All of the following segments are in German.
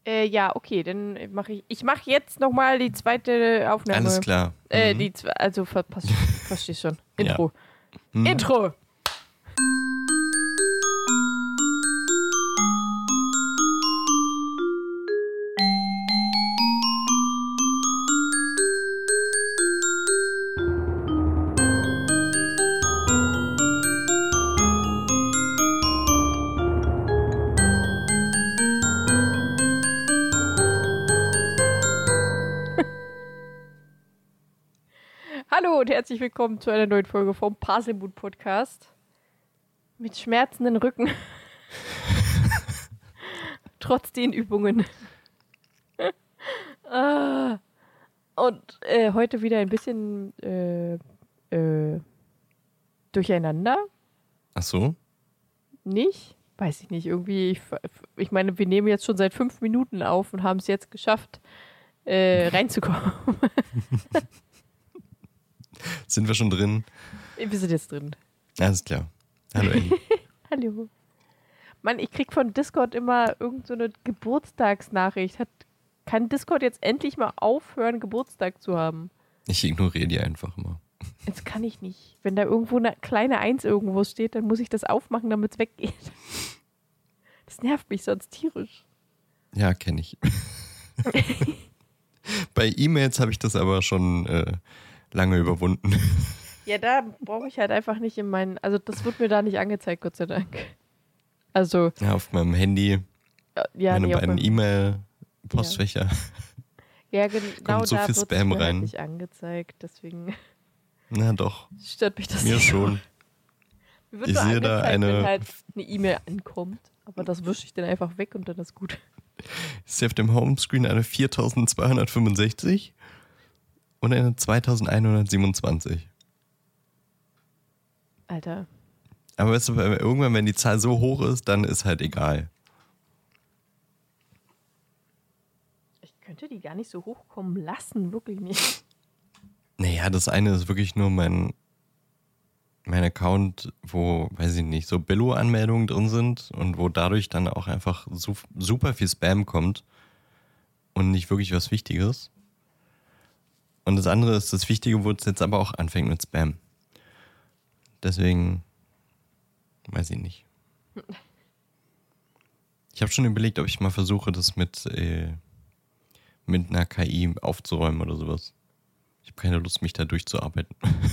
Ja, okay, dann mache ich mache jetzt nochmal die zweite Aufnahme. Alles klar. Also verstehst schon. Intro. Ja. Intro. Hallo und herzlich willkommen zu einer neuen Folge vom Parselmut Podcast. Mit schmerzenden Rücken. Trotz den Übungen. Und heute wieder ein bisschen durcheinander. Ach so? Nicht? Weiß ich nicht. Irgendwie, ich meine, wir nehmen jetzt schon seit 5 Minuten auf und haben es jetzt geschafft, reinzukommen. Sind wir schon drin? Wir sind jetzt drin. Alles klar. Hallo Elli. Hallo. Mann, ich krieg von Discord immer irgend so eine Geburtstagsnachricht. Kann Discord jetzt endlich mal aufhören, Geburtstag zu haben? Ich ignoriere die einfach immer. Jetzt kann ich nicht. Wenn da irgendwo eine kleine 1 irgendwo steht, dann muss ich das aufmachen, damit es weggeht. Das nervt mich sonst tierisch. Ja, kenne ich. Bei E-Mails habe ich das aber schon lange überwunden. Ja, da brauche ich halt einfach nicht in meinen... Also das wird mir da nicht angezeigt, Gott sei Dank. Also... Ja, auf meinem Handy, meine beiden E-Mail-Postfächer. Ja, genau, so da viel wird Spam mir rein. halt nicht angezeigt, deswegen Na doch, stört mich das mir nicht. schon. Mir wird Ich nur sehe da angezeigt, wenn eine- halt eine E-Mail ankommt, aber das wische ich dann einfach weg und dann ist gut. Ich sehe auf dem Homescreen eine 4265 und eine 2127. Alter. Aber weißt du, irgendwann, wenn die Zahl so hoch ist, dann ist halt egal. Ich könnte die gar nicht so hochkommen lassen, wirklich nicht. Naja, das eine ist wirklich nur mein Account, wo, weiß ich nicht, so Billo-Anmeldungen drin sind und wo dadurch dann auch einfach super viel Spam kommt und nicht wirklich was Wichtiges. Und das andere ist das Wichtige, wo es jetzt aber auch anfängt mit Spam. Deswegen, weiß ich nicht. Ich habe schon überlegt, ob ich mal versuche, das mit einer KI aufzuräumen oder sowas. Ich habe keine Lust, mich da durchzuarbeiten.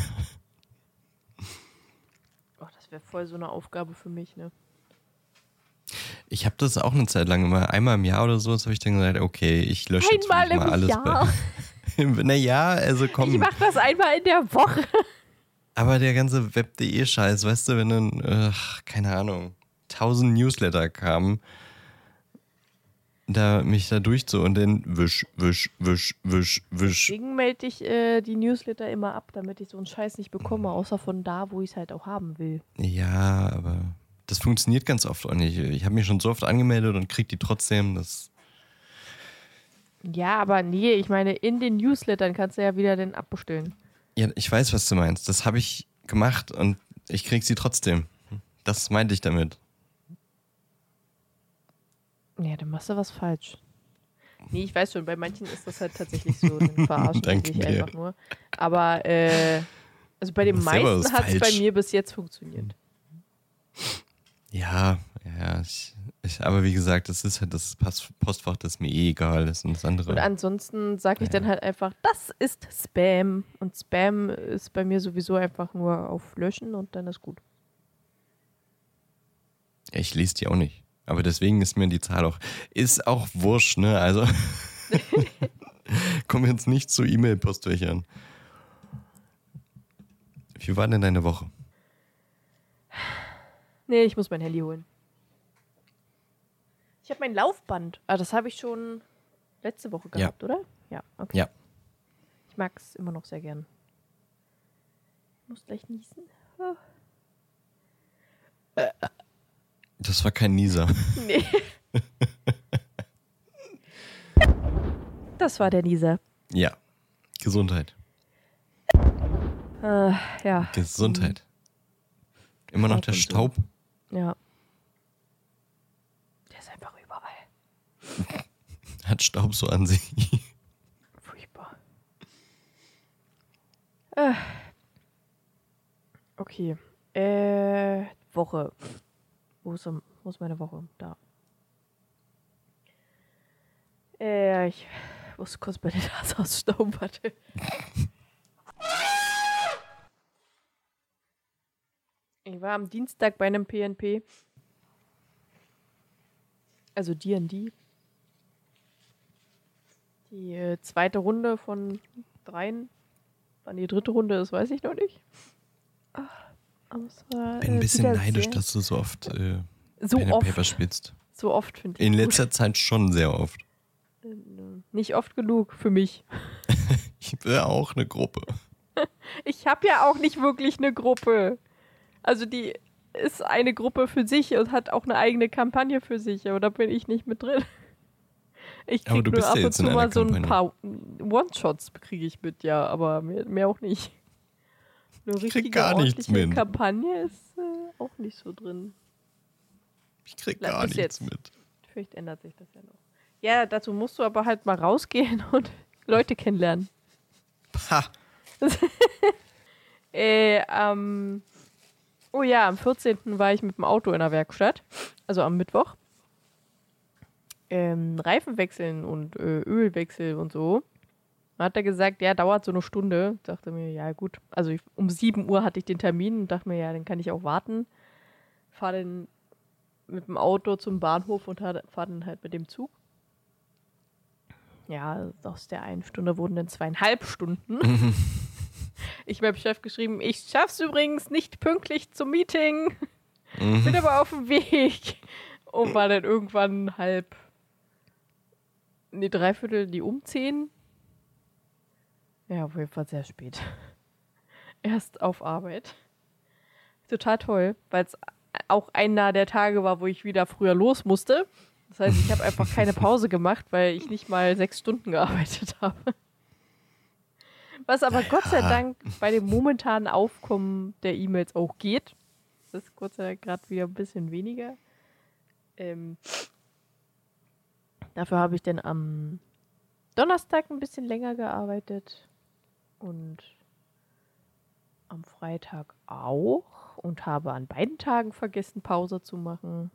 Oh, das wäre voll so eine Aufgabe für mich, ne? Ich habe das auch eine Zeit lang immer, einmal im Jahr oder so, habe ich dann gesagt, okay, ich lösche jetzt Einmal wirklich mal im alles. Jahr? Naja, also komm. Ich mache das einmal in der Woche. Aber der ganze Web.de-Scheiß, weißt du, wenn dann, keine Ahnung, 1000 Newsletter kamen, mich da durchzu und dann wisch. Deswegen melde ich die Newsletter immer ab, damit ich so einen Scheiß nicht bekomme, außer von da, wo ich es halt auch haben will. Ja, aber das funktioniert ganz oft auch nicht. Ich habe mich schon so oft angemeldet und krieg die trotzdem. Ja, aber nee, ich meine, in den Newslettern kannst du ja wieder den abbestellen. Ja, ich weiß, was du meinst. Das habe ich gemacht und ich krieg sie trotzdem. Das meinte ich damit. Ja, dann machst du was falsch. Nee, ich weiß schon, bei manchen ist das halt tatsächlich so, dann verarschen die Danke dich dir. einfach nur. Aber, also bei den Du machst selber meisten was hat es bei falsch. mir bis jetzt funktioniert. Ja, aber wie gesagt, das ist halt das Postfach, das mir eh egal ist und das andere. Und ansonsten sage ich dann halt einfach, das ist Spam. Und Spam ist bei mir sowieso einfach nur auf Löschen und dann ist gut. Ich lese die auch nicht. Aber deswegen ist mir die Zahl ist auch wurscht, ne? Also komm jetzt nicht zu E-Mail-Postfächern. Wie war denn deine Woche? Nee, ich muss mein Handy holen. Ich habe mein Laufband. Ah, das habe ich schon letzte Woche gehabt, oder? Ja, okay. Ja. Ich mag es immer noch sehr gern. Ich muss gleich niesen. Oh. Das war kein Nieser. Nee. Das war der Nieser. Ja. Gesundheit. Ja. Gesundheit. Immer noch der Staub? Ja. Der ist einfach überall. Hat Staub so an sich. Furchtbar. Okay. Woche. Wo ist meine Woche? Da. Ich muss kurz bei der Nase ausstauben, warte. Ich war am Dienstag bei einem PNP. Also D&D. Die zweite Runde von 3. Wann die dritte Runde ist, weiß ich noch nicht. Aber es war, Bin ein bisschen neidisch, sehr, dass du so oft so Pen and oft. Paper spielst. So oft, finde ich. In letzter Zeit schon sehr oft. Nicht oft genug für mich. Ich will auch eine Gruppe. Ich habe ja auch nicht wirklich eine Gruppe. Also die ist eine Gruppe für sich und hat auch eine eigene Kampagne für sich, aber da bin ich nicht mit drin. Ich Aber krieg du nur bist ab ja und jetzt zu in einer mal so ein Kampagne. paar One-Shots kriege ich mit, ja, aber mehr auch nicht. Eine richtige, gar nichts ordentliche mit. Kampagne ist auch nicht so drin. Ich krieg Bleib gar bis nichts jetzt. mit. Vielleicht ändert sich das ja noch. Ja, dazu musst du aber halt mal rausgehen und Leute kennenlernen. Ha! Oh ja, am 14. war ich mit dem Auto in der Werkstatt. Also am Mittwoch. Reifen wechseln und Ölwechsel und so. Dann hat er gesagt, ja, dauert so eine Stunde. Dachte mir, ja gut. Also um 7 Uhr hatte ich den Termin und dachte mir, ja, dann kann ich auch warten. Fahre dann mit dem Auto zum Bahnhof und fahre dann halt mit dem Zug. Ja, aus der 1 Stunde wurden dann 2,5 Stunden. Ich habe meinem Chef geschrieben, ich schaff's übrigens nicht pünktlich zum Meeting. Bin aber auf dem Weg. Und war dann irgendwann 3/4, die um 10. Ja, auf jeden Fall sehr spät. Erst auf Arbeit. Total toll, weil es auch einer der Tage war, wo ich wieder früher los musste. Das heißt, ich habe einfach keine Pause gemacht, weil ich nicht mal 6 Stunden gearbeitet habe. Was aber Gott sei Dank bei dem momentanen Aufkommen der E-Mails auch geht. Das ist Gott sei Dank gerade wieder ein bisschen weniger. Dafür habe ich dann am Donnerstag ein bisschen länger gearbeitet und am Freitag auch und habe an beiden Tagen vergessen, Pause zu machen.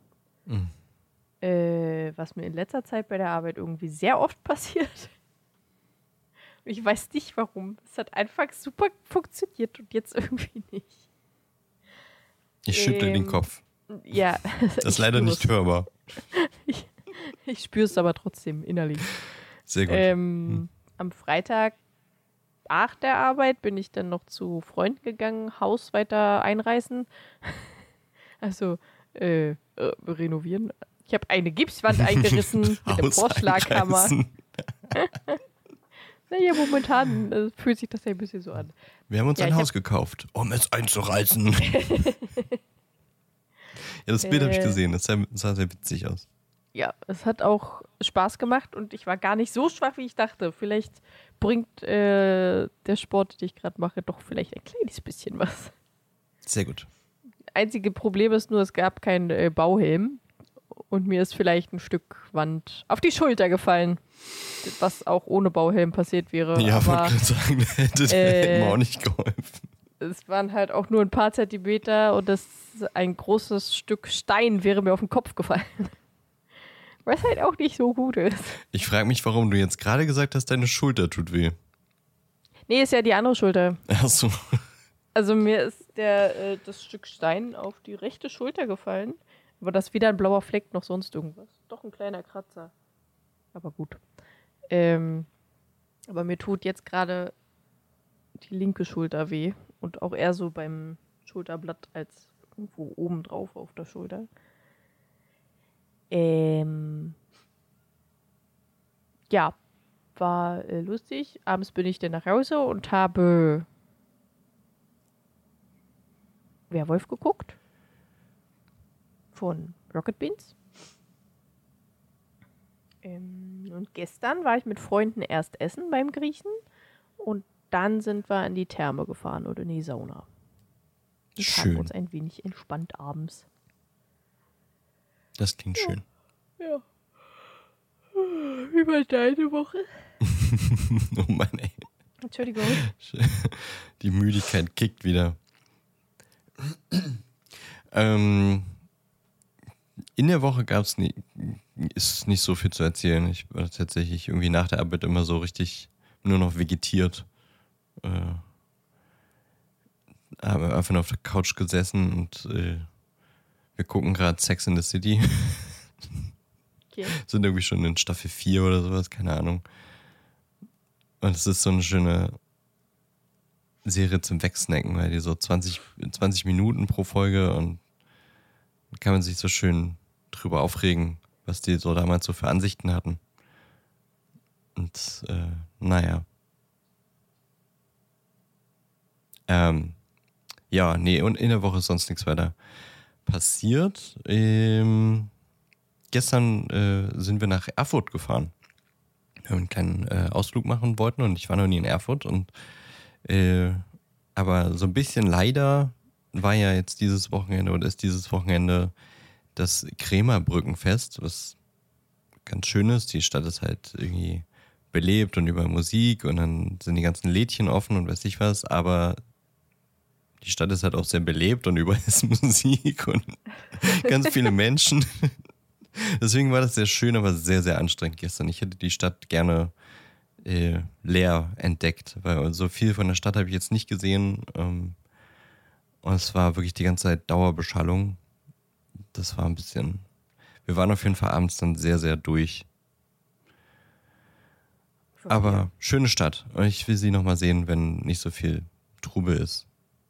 Was mir in letzter Zeit bei der Arbeit irgendwie sehr oft passiert. Ich weiß nicht warum. Es hat einfach super funktioniert und jetzt irgendwie nicht. Ich schüttle den Kopf. Ja. Das ist leider nicht hörbar. Ich spüre es aber trotzdem innerlich. Sehr gut. Am Freitag nach der Arbeit bin ich dann noch zu Freunden gegangen, Haus weiter einreißen. Also renovieren. Ich habe eine Gipswand eingerissen mit dem Vorschlaghammer. Naja, momentan fühlt sich das ja ein bisschen so an. Wir haben uns ein Haus gekauft, um es einzureißen. Ja, das Bild habe ich gesehen. Das sah sehr witzig aus. Ja, es hat auch Spaß gemacht und ich war gar nicht so schwach, wie ich dachte. Vielleicht bringt der Sport, den ich gerade mache, doch vielleicht ein kleines bisschen was. Sehr gut. Einzige Problem ist nur, es gab keinen Bauhelm und mir ist vielleicht ein Stück Wand auf die Schulter gefallen, was auch ohne Bauhelm passiert wäre. Ja, aber wollte gerade sagen, hätte der Helm auch nicht geholfen. Es waren halt auch nur ein paar Zentimeter und ein großes Stück Stein wäre mir auf den Kopf gefallen. Was halt auch nicht so gut ist. Ich frage mich, warum du jetzt gerade gesagt hast, deine Schulter tut weh. Nee, ist ja die andere Schulter. Ach so. Also mir ist das Stück Stein auf die rechte Schulter gefallen. Aber das ist weder ein blauer Fleck noch sonst irgendwas. Doch ein kleiner Kratzer. Aber gut. Aber mir tut jetzt gerade die linke Schulter weh. Und auch eher so beim Schulterblatt als irgendwo oben drauf auf der Schulter. Ja, war lustig. Abends bin ich dann nach Hause und habe Werwolf geguckt. Von Rocket Beans. Und gestern war ich mit Freunden erst essen beim Griechen und dann sind wir in die Therme gefahren oder in die Sauna. Und haben uns ein wenig entspannt abends. Das klingt schön. Ja. Wie war deine Woche? Oh Mann, ey. Entschuldigung. Die Müdigkeit kickt wieder. In der Woche ist nicht so viel zu erzählen. Ich war tatsächlich irgendwie nach der Arbeit immer so richtig nur noch vegetiert. Habe einfach nur auf der Couch gesessen und wir gucken gerade Sex in the City. Okay. Sind irgendwie schon in Staffel 4 oder sowas, keine Ahnung. Und es ist so eine schöne Serie zum Wegsnacken, weil die so 20 Minuten pro Folge und kann man sich so schön drüber aufregen, was die so damals so für Ansichten hatten. Und naja. Ja, nee, und in der Woche ist sonst nichts weiter passiert. Gestern sind wir nach Erfurt gefahren. Wir haben einen kleinen Ausflug machen wollten und ich war noch nie in Erfurt. Aber so ein bisschen leider war ja jetzt dieses Wochenende oder ist dieses Wochenende das Krämerbrückenfest, was ganz schön ist. Die Stadt ist halt irgendwie belebt und über Musik und dann sind die ganzen Lädchen offen und weiß ich was, aber die Stadt ist halt auch sehr belebt und überall ist Musik und ganz viele Menschen. Deswegen war das sehr schön, aber sehr, sehr anstrengend gestern. Ich hätte die Stadt gerne leer entdeckt, weil so viel von der Stadt habe ich jetzt nicht gesehen. Und es war wirklich die ganze Zeit Dauerbeschallung. Das war ein bisschen... Wir waren auf jeden Fall abends dann sehr, sehr durch. Aber schöne Stadt. Ich will sie nochmal sehen, wenn nicht so viel Trubel ist.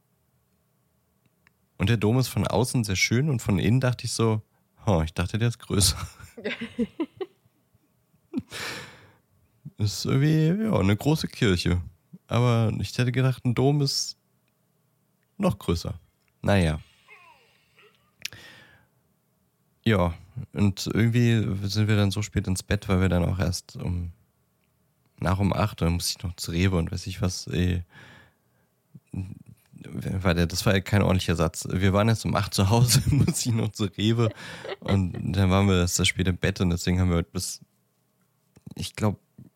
Und der Dom ist von außen sehr schön und von innen dachte ich so, ich dachte, der ist größer. Ist irgendwie, ja, eine große Kirche. Aber ich hätte gedacht, ein Dom ist noch größer. Naja. Ja, und irgendwie sind wir dann so spät ins Bett, weil wir dann auch erst um 8 dann musste ich noch zu Rewe und weiß ich was, das war ja kein ordentlicher Satz. Wir waren jetzt um 8 zu Hause, musste ich noch zu Rewe und dann waren wir erst spät im Bett und deswegen haben wir heute bis, ich glaube,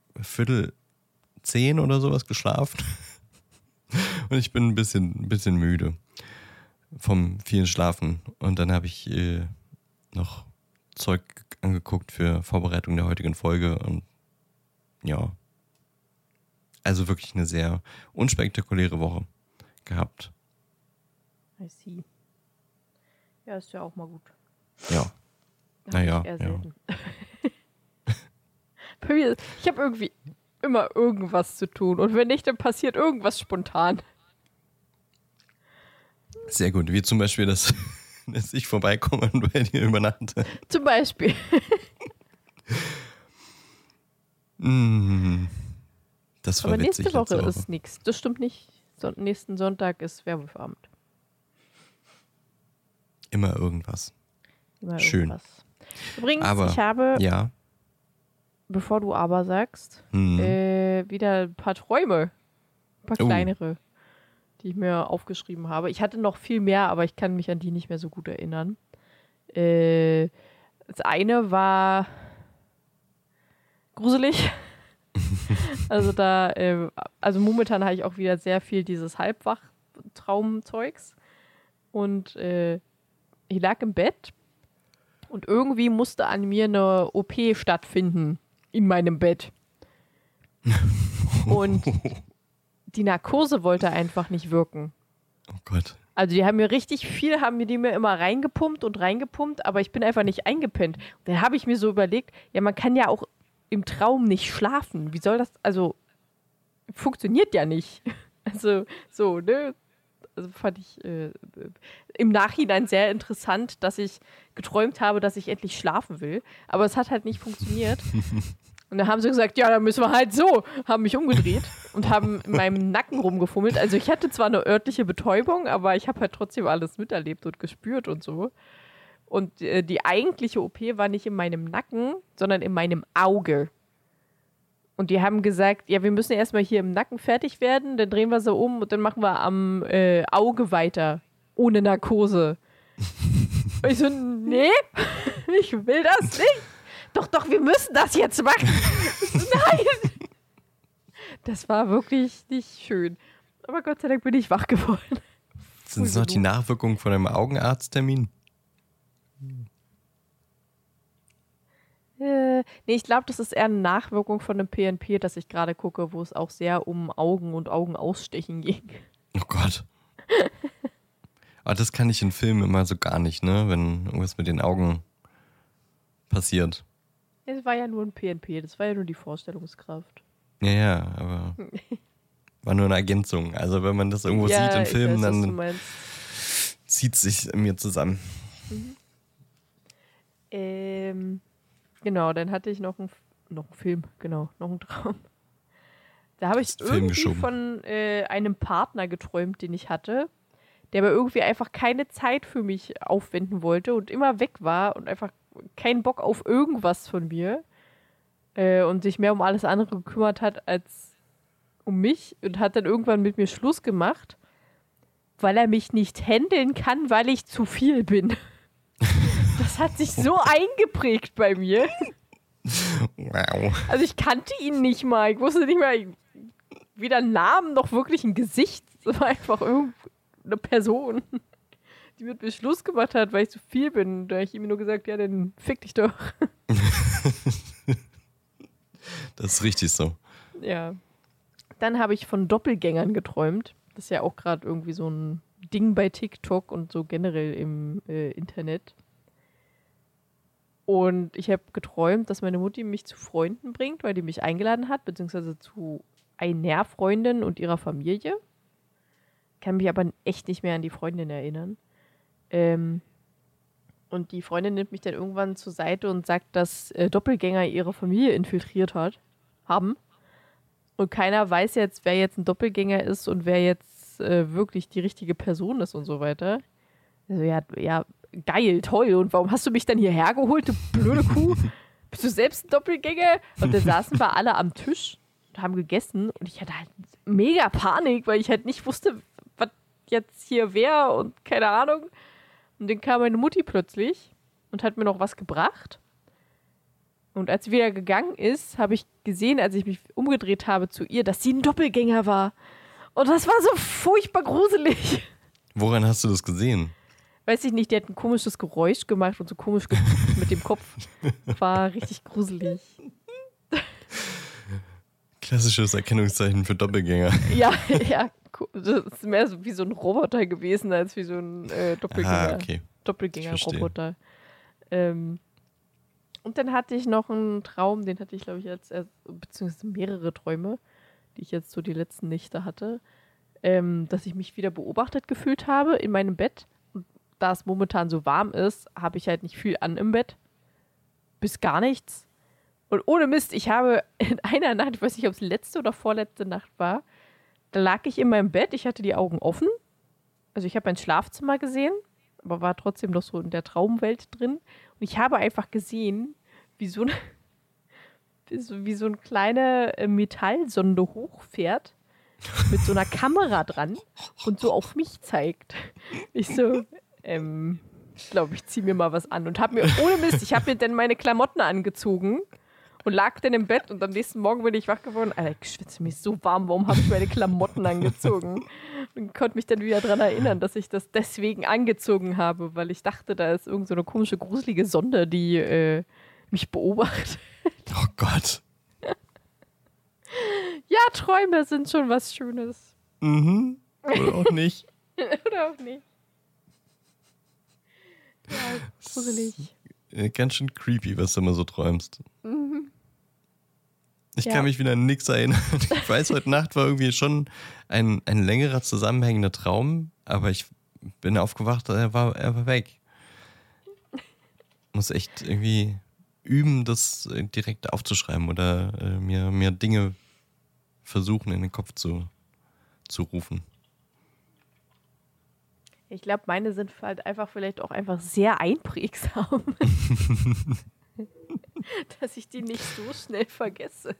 9:45 oder sowas geschlafen. Und ich bin ein bisschen müde vom vielen Schlafen. Und dann habe ich noch Zeug angeguckt für Vorbereitung der heutigen Folge und ja, also wirklich eine sehr unspektakuläre Woche gehabt. I see. Ja, ist ja auch mal gut. Ja. Naja. Eher selten. Bei mir, ich habe irgendwie immer irgendwas zu tun und wenn nicht, dann passiert irgendwas spontan. Sehr gut, wie zum Beispiel, dass ich vorbeikomme und bei dir übernachte. Zum Beispiel. Das war aber witzig. nächste Woche ist nichts. Das stimmt nicht. Nächsten Sonntag ist Werwolfabend. Immer irgendwas. Immer schön. Irgendwas. Übrigens, aber, ich habe, ja. Bevor du aber sagst, wieder ein paar Träume. Ein paar kleinere, die ich mir aufgeschrieben habe. Ich hatte noch viel mehr, aber ich kann mich an die nicht mehr so gut erinnern. Das eine war gruselig. Also momentan habe ich auch wieder sehr viel dieses Halbwach-Traumzeugs. Und ich lag im Bett und irgendwie musste an mir eine OP stattfinden in meinem Bett. Und die Narkose wollte einfach nicht wirken. Oh Gott. Also die haben die mir immer reingepumpt, aber ich bin einfach nicht eingepennt. Und dann habe ich mir so überlegt, ja, man kann ja auch im Traum nicht schlafen. Wie soll das, also funktioniert ja nicht. Also so, ne? Also fand ich im Nachhinein sehr interessant, dass ich geträumt habe, dass ich endlich schlafen will. Aber es hat halt nicht funktioniert. Und dann haben sie gesagt, ja, dann müssen wir halt so. Haben mich umgedreht und haben in meinem Nacken rumgefummelt. Also ich hatte zwar eine örtliche Betäubung, aber ich habe halt trotzdem alles miterlebt und gespürt und so. Und die eigentliche OP war nicht in meinem Nacken, sondern in meinem Auge. Und die haben gesagt, ja, wir müssen erstmal hier im Nacken fertig werden, dann drehen wir so um und dann machen wir am Auge weiter. Ohne Narkose. Und ich so, nee, ich will das nicht. Doch, wir müssen das jetzt machen. Nein! Das war wirklich nicht schön. Aber Gott sei Dank bin ich wach geworden. Sind es noch die Nachwirkungen von einem Augenarzttermin? Nee, ich glaube, das ist eher eine Nachwirkung von einem PNP, das ich gerade gucke, wo es auch sehr um Augen und Augenausstechen ging. Oh Gott. Aber das kann ich in Filmen immer so gar nicht, ne? Wenn irgendwas mit den Augen passiert. Es war ja nur ein PNP, das war ja nur die Vorstellungskraft. Ja, aber war nur eine Ergänzung. Also wenn man das irgendwo sieht in Filmen, dann zieht es sich in mir zusammen. Genau, dann hatte ich noch einen Film, genau, noch einen Traum. Da habe ich irgendwie von einem Partner geträumt, den ich hatte, der aber irgendwie einfach keine Zeit für mich aufwenden wollte und immer weg war und einfach keinen Bock auf irgendwas von mir und sich mehr um alles andere gekümmert hat als um mich und hat dann irgendwann mit mir Schluss gemacht, weil er mich nicht handeln kann, weil ich zu viel bin. Das hat sich so eingeprägt bei mir. Wow. Also ich kannte ihn nicht mal. Ich wusste nicht mal weder einen Namen noch wirklich ein Gesicht. Es war einfach irgendeine Person, die mit mir Schluss gemacht hat, weil ich zu viel bin. Da habe ich ihm nur gesagt, ja, dann fick dich doch. Das ist richtig so. Ja. Dann habe ich von Doppelgängern geträumt. Das ist ja auch gerade irgendwie so ein Ding bei TikTok und so generell im Internet. Und ich habe geträumt, dass meine Mutti mich zu Freunden bringt, weil die mich eingeladen hat, beziehungsweise zu einer Freundin und ihrer Familie. Kann mich aber echt nicht mehr an die Freundin erinnern. Und die Freundin nimmt mich dann irgendwann zur Seite und sagt, dass Doppelgänger ihre Familie infiltriert haben. Und keiner weiß jetzt, wer jetzt ein Doppelgänger ist und wer jetzt wirklich die richtige Person ist und so weiter. Also ja, geil, toll. Und warum hast du mich dann hierher geholt, du blöde Kuh? Bist du selbst ein Doppelgänger? Und dann saßen wir alle am Tisch und haben gegessen. Und ich hatte halt mega Panik, weil ich halt nicht wusste, was jetzt hier wäre und keine Ahnung. Und dann kam meine Mutti plötzlich und hat mir noch was gebracht. Und als sie wieder gegangen ist, habe ich gesehen, als ich mich umgedreht habe zu ihr, dass sie ein Doppelgänger war. Und das war so furchtbar gruselig. Woran hast du das gesehen? Weiß ich nicht, die hat ein komisches Geräusch gemacht und so komisch gezuckt mit dem Kopf. War richtig gruselig. Klassisches Erkennungszeichen für Doppelgänger. Ja, das ist mehr so wie so ein Roboter gewesen, als wie so ein Doppelgänger. Okay. Doppelgänger-Roboter. Und dann hatte ich noch einen Traum, den hatte ich, glaube ich, beziehungsweise mehrere Träume, die ich jetzt so die letzten Nächte hatte, dass ich mich wieder beobachtet gefühlt habe in meinem Bett. Und da es momentan so warm ist, habe ich halt nicht viel an im Bett. Bis gar nichts. Und ohne Mist, ich habe in einer Nacht, ich weiß nicht, ob es letzte oder vorletzte Nacht war, da lag ich in meinem Bett, ich hatte die Augen offen. Also ich habe mein Schlafzimmer gesehen, aber war trotzdem noch so in der Traumwelt drin. Und ich habe einfach gesehen, wie so eine kleine Metallsonde hochfährt mit so einer Kamera dran und so auf mich zeigt. Ich so, ich glaube, ich ziehe mir mal was an und habe mir, ohne Mist, ich habe mir dann meine Klamotten angezogen und lag dann im Bett und am nächsten Morgen bin ich wach geworden. Alter, ich schwitze mich so warm, warum habe ich meine Klamotten angezogen? Und konnte mich dann wieder daran erinnern, dass ich das deswegen angezogen habe, weil ich dachte, da ist irgend so eine komische, gruselige Sonde, die mich beobachtet. Oh Gott. Ja, Träume sind schon was Schönes. Mhm. Oder auch nicht. Oder auch nicht. Ja, gruselig. Ganz schön creepy, was du immer so träumst. Mhm. Ich kann mich wieder an nichts erinnern. Ich weiß, heute Nacht war irgendwie schon ein längerer zusammenhängender Traum, aber ich bin aufgewacht, er war weg. Muss echt irgendwie üben, das direkt aufzuschreiben oder mir Dinge versuchen in den Kopf zu rufen. Ich glaube, meine sind halt einfach vielleicht auch einfach sehr einprägsam. Dass ich die nicht so schnell vergesse.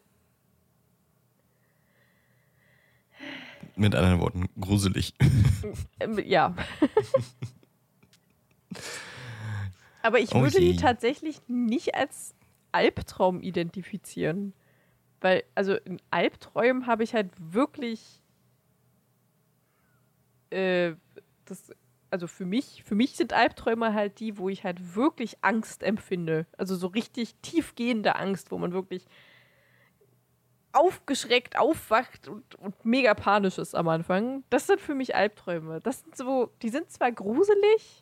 Mit anderen Worten, gruselig. Ja. Aber ich würde die tatsächlich nicht als Albtraum identifizieren. Weil, also in Albträumen habe ich halt wirklich also für mich sind Albträume halt die, wo ich halt wirklich Angst empfinde. Also so richtig tiefgehende Angst, wo man wirklich aufgeschreckt aufwacht und mega panisch ist am Anfang. Das sind für mich Albträume. Das sind so, die sind zwar gruselig,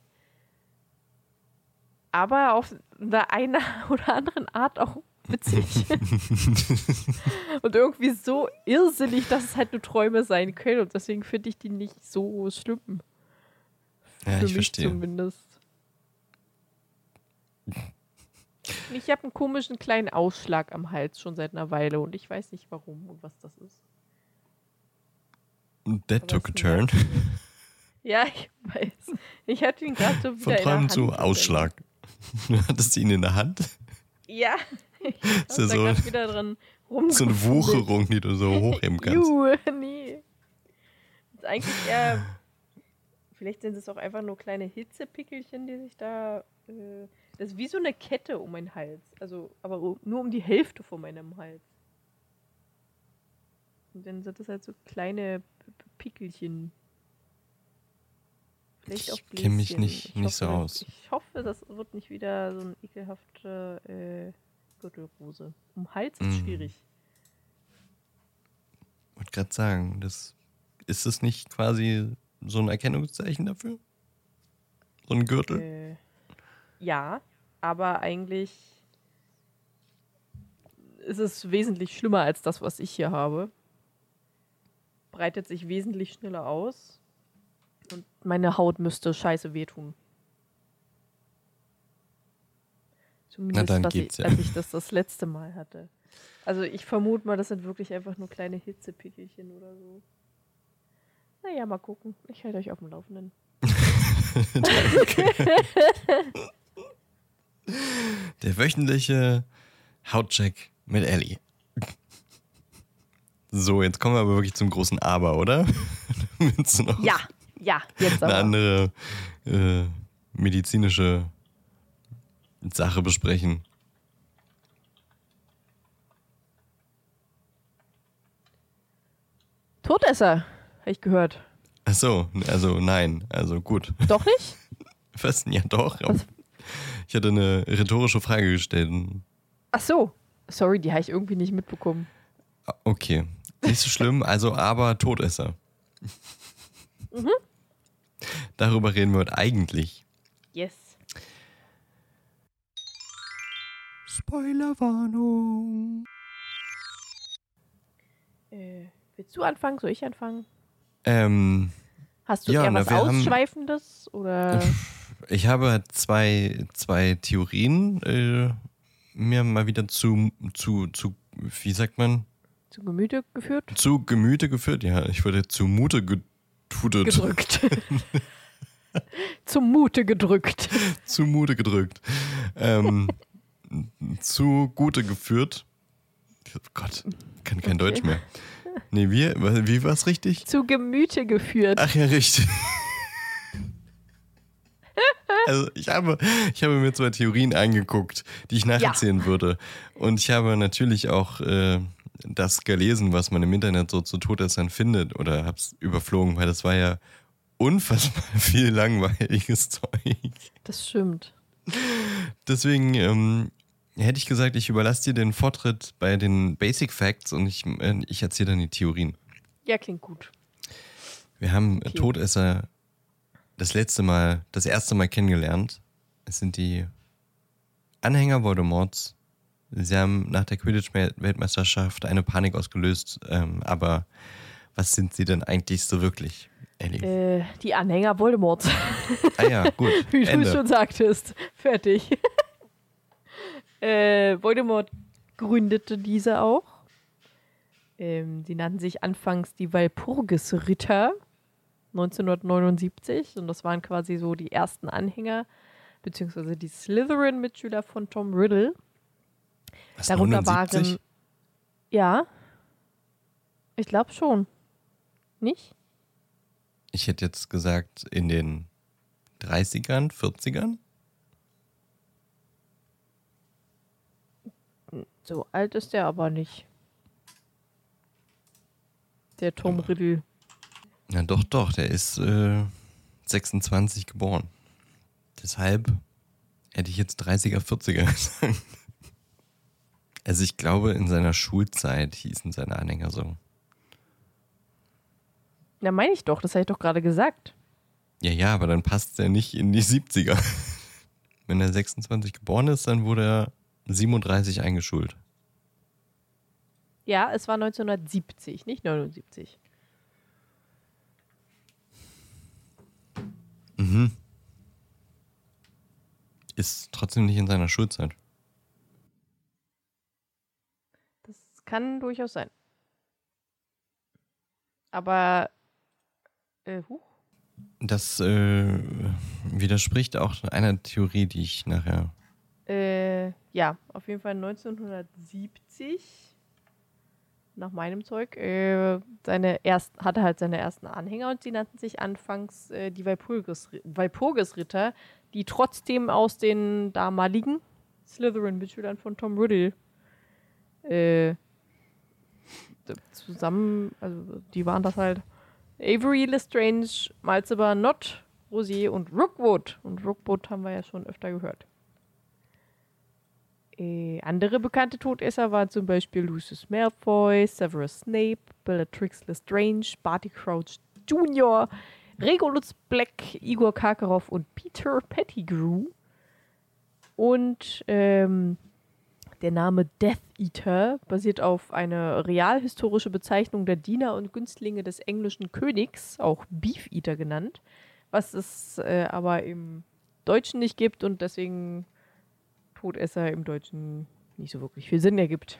aber auf eine oder anderen Art auch witzig. Und irgendwie so irrsinnig, dass es halt nur Träume sein können. Und deswegen finde ich die nicht so schlimm. Ja, Für ich mich verstehe. zumindest. Ich habe einen komischen kleinen Ausschlag am Hals schon seit einer Weile und ich weiß nicht warum und was das ist. That Aber took a es turn. nervt mich. Ja, ich weiß. Ich hatte ihn gerade so wieder Von in der Träumen Hand. zu Ausschlag. Du hattest ihn in der Hand? Ja, ich Ist ja hab da so, gerade wieder dran so eine rumgefummelt. Wucherung, die du so hochheben kannst. Nee. Das ist eigentlich eher... Vielleicht sind es auch einfach nur kleine Hitzepickelchen, die sich da... das ist wie so eine Kette um meinen Hals. Also, aber nur um die Hälfte von meinem Hals. Und dann sind das halt so kleine Pickelchen. Vielleicht auch Ich kenne mich Bläschen. nicht so aus. Ich hoffe, das wird nicht wieder so eine ekelhafte Gürtelrose. Um Hals ist schwierig. Ich wollte gerade sagen, ist das nicht quasi so ein Erkennungszeichen dafür? So ein Gürtel? Ja, aber eigentlich ist es wesentlich schlimmer als das, was ich hier habe. Breitet sich wesentlich schneller aus. Und meine Haut müsste scheiße wehtun. Zumindest, Na, dann geht's ja. als ich das letzte Mal hatte. Also ich vermute mal, das sind wirklich einfach nur kleine Hitzepickelchen oder so. Naja, mal gucken. Ich halte euch auf dem Laufenden. Danke. Der wöchentliche Hautcheck mit Ellie. So, jetzt kommen wir aber wirklich zum großen Aber, oder? Willst du noch Ja, jetzt aber. eine andere medizinische Sache besprechen? Todesser, habe ich gehört. Ach so, also nein, also gut. Doch nicht? Was? Ja doch. Aber Was? ich hatte eine rhetorische Frage gestellt. Ach so. Sorry, die habe ich irgendwie nicht mitbekommen. Okay, nicht so schlimm, also aber Todesser. Darüber reden wir heute eigentlich. Yes. Spoilerwarnung. Willst du anfangen? Soll ich anfangen? Hast du Ja, eher was wir haben- Ausschweifendes? Oder? Ich habe zwei Theorien mir mal wieder zu, wie sagt man? Zu Gemüte geführt? Zu Gemüte geführt. Ja, ich wurde zumute getutet. Gedrückt. Zum Mute gedrückt. Zumute gedrückt. Zu Gute geführt. Oh Gott, kann kein Okay. Deutsch mehr. Nee, wie war es richtig? Zu Gemüte geführt. Ach ja, richtig. Also ich habe mir zwei Theorien angeguckt, die ich nacherzählen würde. Und ich habe natürlich auch das gelesen, was man im Internet so zu Todessern findet, oder habe es überflogen, weil das war ja unfassbar viel langweiliges Zeug. Das stimmt. Deswegen hätte ich gesagt, ich überlasse dir den Vortritt bei den Basic Facts und ich erzähle dann die Theorien. Ja, klingt gut. Wir haben Okay. Todesser das erste Mal kennengelernt. Es sind die Anhänger Voldemorts. Sie haben nach der Quidditch-Weltmeisterschaft eine Panik ausgelöst. Aber was sind sie denn eigentlich so wirklich, Ellie? Die Anhänger Voldemorts. Ah ja, gut. Wie du Ende. schon sagtest. Fertig. Voldemort gründete diese auch. Sie nannten sich anfangs die Walpurgisritter 1979 und das waren quasi so die ersten Anhänger, beziehungsweise die Slytherin-Mitschüler von Tom Riddle. Was, Darunter 79? waren, ja, ich glaube schon. Nicht? Ich hätte jetzt gesagt, in den 30ern, 40ern? So alt ist der aber nicht. Der Tom Riddle. Na doch, der ist 26 geboren. Deshalb hätte ich jetzt 30er, 40er gesagt. Also ich glaube, in seiner Schulzeit hießen seine Anhänger so. Na, meine ich doch, das habe ich doch gerade gesagt. Ja, aber dann passt er nicht in die 70er. Wenn er 26 geboren ist, dann wurde er 37 eingeschult. Ja, es war 1970, nicht 79. Mhm. Ist trotzdem nicht in seiner Schulzeit. Das kann durchaus sein. Aber, huch. Das widerspricht auch einer Theorie, die ich nachher... Ja, auf jeden Fall 1970, nach meinem Zeug, hatte halt seine ersten Anhänger und die nannten sich anfangs die Walpurgisritter, die trotzdem aus den damaligen Slytherin-Mitschülern von Tom Riddle zusammen, also die waren das halt Avery, Lestrange, Malzeba, Nott, Rosier und Rookwood. Und Rookwood haben wir ja schon öfter gehört. Andere bekannte Todesser waren zum Beispiel Lucius Malfoy, Severus Snape, Bellatrix Lestrange, Barty Crouch Jr., Regulus Black, Igor Karkaroff und Peter Pettigrew. Und der Name Death Eater basiert auf einer realhistorische Bezeichnung der Diener und Günstlinge des englischen Königs, auch Beef Eater genannt, was es aber im Deutschen nicht gibt und deswegen Todesser im Deutschen nicht so wirklich viel Sinn ergibt.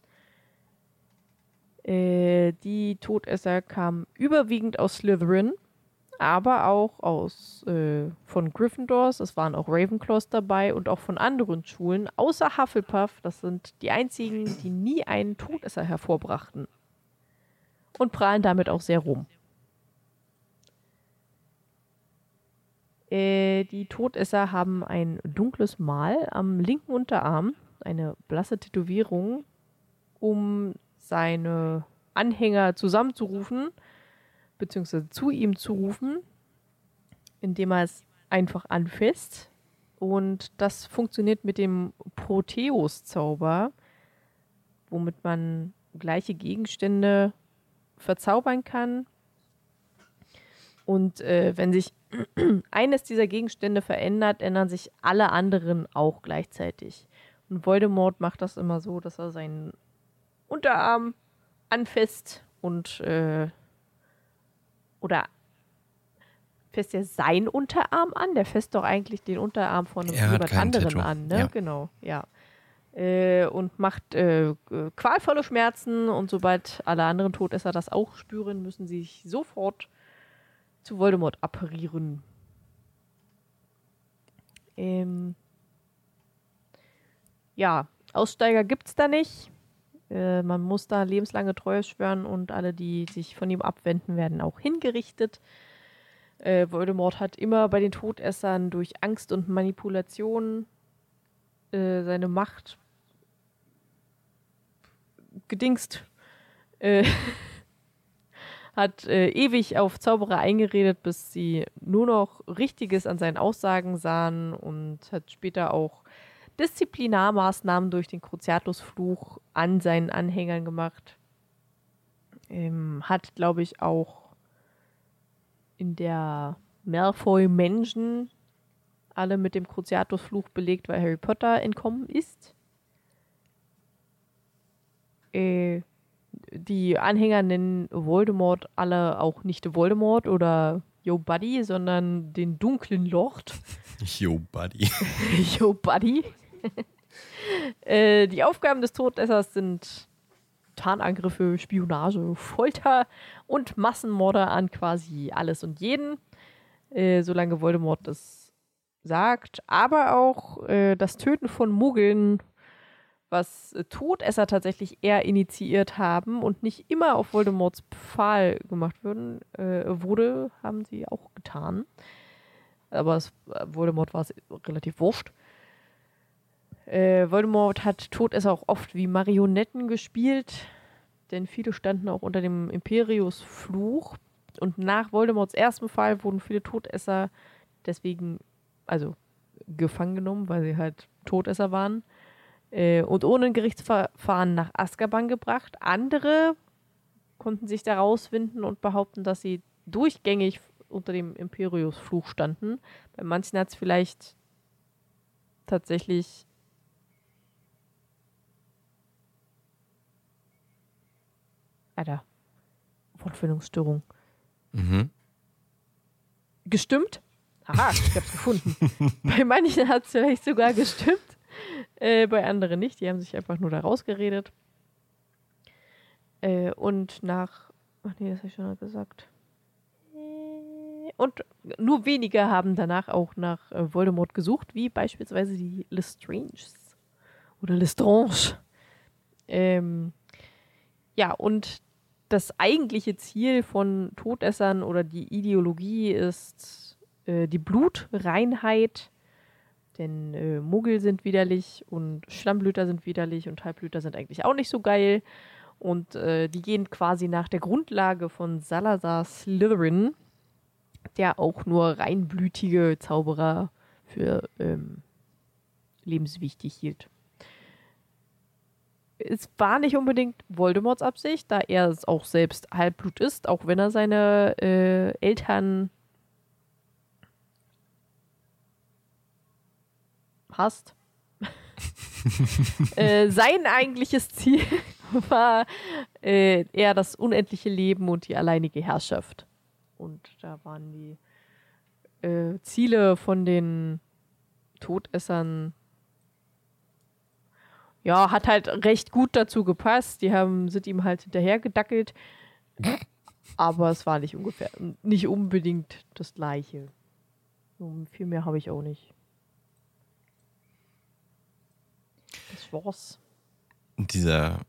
Die Todesser kamen überwiegend aus Slytherin, aber auch von Gryffindors. Es waren auch Ravenclaws dabei und auch von anderen Schulen, außer Hufflepuff. Das sind die einzigen, die nie einen Todesser hervorbrachten. Und prahlen damit auch sehr rum. Die Todesser haben ein dunkles Mal am linken Unterarm, eine blasse Tätowierung, um seine Anhänger zusammenzurufen, beziehungsweise zu ihm zu rufen, indem er es einfach anfasst. Und das funktioniert mit dem Proteus-Zauber, womit man gleiche Gegenstände verzaubern kann. Und wenn sich eines dieser Gegenstände verändert, ändern sich alle anderen auch gleichzeitig. Und Voldemort macht das immer so, dass er seinen Unterarm anfasst und oder fässt er seinen Unterarm an? Der fässt doch eigentlich den Unterarm von jemand anderen Tattoo an, ne? Ja. Genau, ja. Und macht qualvolle Schmerzen und sobald alle anderen Todesser das auch spüren, müssen sie sich sofort zu Voldemort apparieren. Ja, Aussteiger gibt's da nicht. Man muss da lebenslange Treue schwören und alle, die sich von ihm abwenden, werden auch hingerichtet. Voldemort hat immer bei den Todessern durch Angst und Manipulation seine Macht gedingst. Hat ewig auf Zauberer eingeredet, bis sie nur noch Richtiges an seinen Aussagen sahen und hat später auch Disziplinarmaßnahmen durch den Cruciatus-Fluch an seinen Anhängern gemacht. Hat, glaube ich, auch in der Malfoy-Mansion alle mit dem Cruciatus-Fluch belegt, weil Harry Potter entkommen ist. Die Anhänger nennen Voldemort alle auch nicht Voldemort oder Yo Buddy, sondern den dunklen Lord. Yo, Buddy. Yo Buddy. Die Aufgaben des Todessers sind Tarnangriffe, Spionage, Folter und Massenmorde an quasi alles und jeden, solange Voldemort das sagt. Aber auch das Töten von Muggeln, was Todesser tatsächlich eher initiiert haben und nicht immer auf Voldemorts Pfahl gemacht wurde, haben sie auch getan. Aber Voldemort war es relativ wurscht. Voldemort hat Todesser auch oft wie Marionetten gespielt, denn viele standen auch unter dem Imperius-Fluch. Und nach Voldemorts ersten Fall wurden viele Todesser deswegen, also gefangen genommen, weil sie halt Todesser waren. Und ohne ein Gerichtsverfahren nach Azkaban gebracht. Andere konnten sich da rauswinden und behaupten, dass sie durchgängig unter dem Imperius-Fluch standen. Bei manchen hat es vielleicht tatsächlich Alter, Wortfindungsstörung. Gestimmt? Haha, ich hab's gefunden. Bei manchen hat es vielleicht sogar gestimmt, bei anderen nicht. Die haben sich einfach nur da rausgeredet. Und nach... Ach nee, das habe ich schon mal gesagt. Und nur wenige haben danach auch nach Voldemort gesucht, wie beispielsweise die Lestranges. Oder Lestrange. Ja, und das eigentliche Ziel von Todessern oder die Ideologie ist die Blutreinheit. Denn Muggel sind widerlich und Schlammblüter sind widerlich und Halbblüter sind eigentlich auch nicht so geil. Und die gehen quasi nach der Grundlage von Salazar Slytherin, der auch nur reinblütige Zauberer für lebenswichtig hielt. Es war nicht unbedingt Voldemorts Absicht, da er es auch selbst Halbblut ist, auch wenn er seine Eltern hasst. Sein eigentliches Ziel war eher das unendliche Leben und die alleinige Herrschaft. Und da waren die Ziele von den Todessern, ja, hat halt recht gut dazu gepasst. Die sind ihm halt hinterhergedackelt. Aber es war nicht unbedingt das Gleiche. Viel mehr habe ich auch nicht. Das war's. Dieser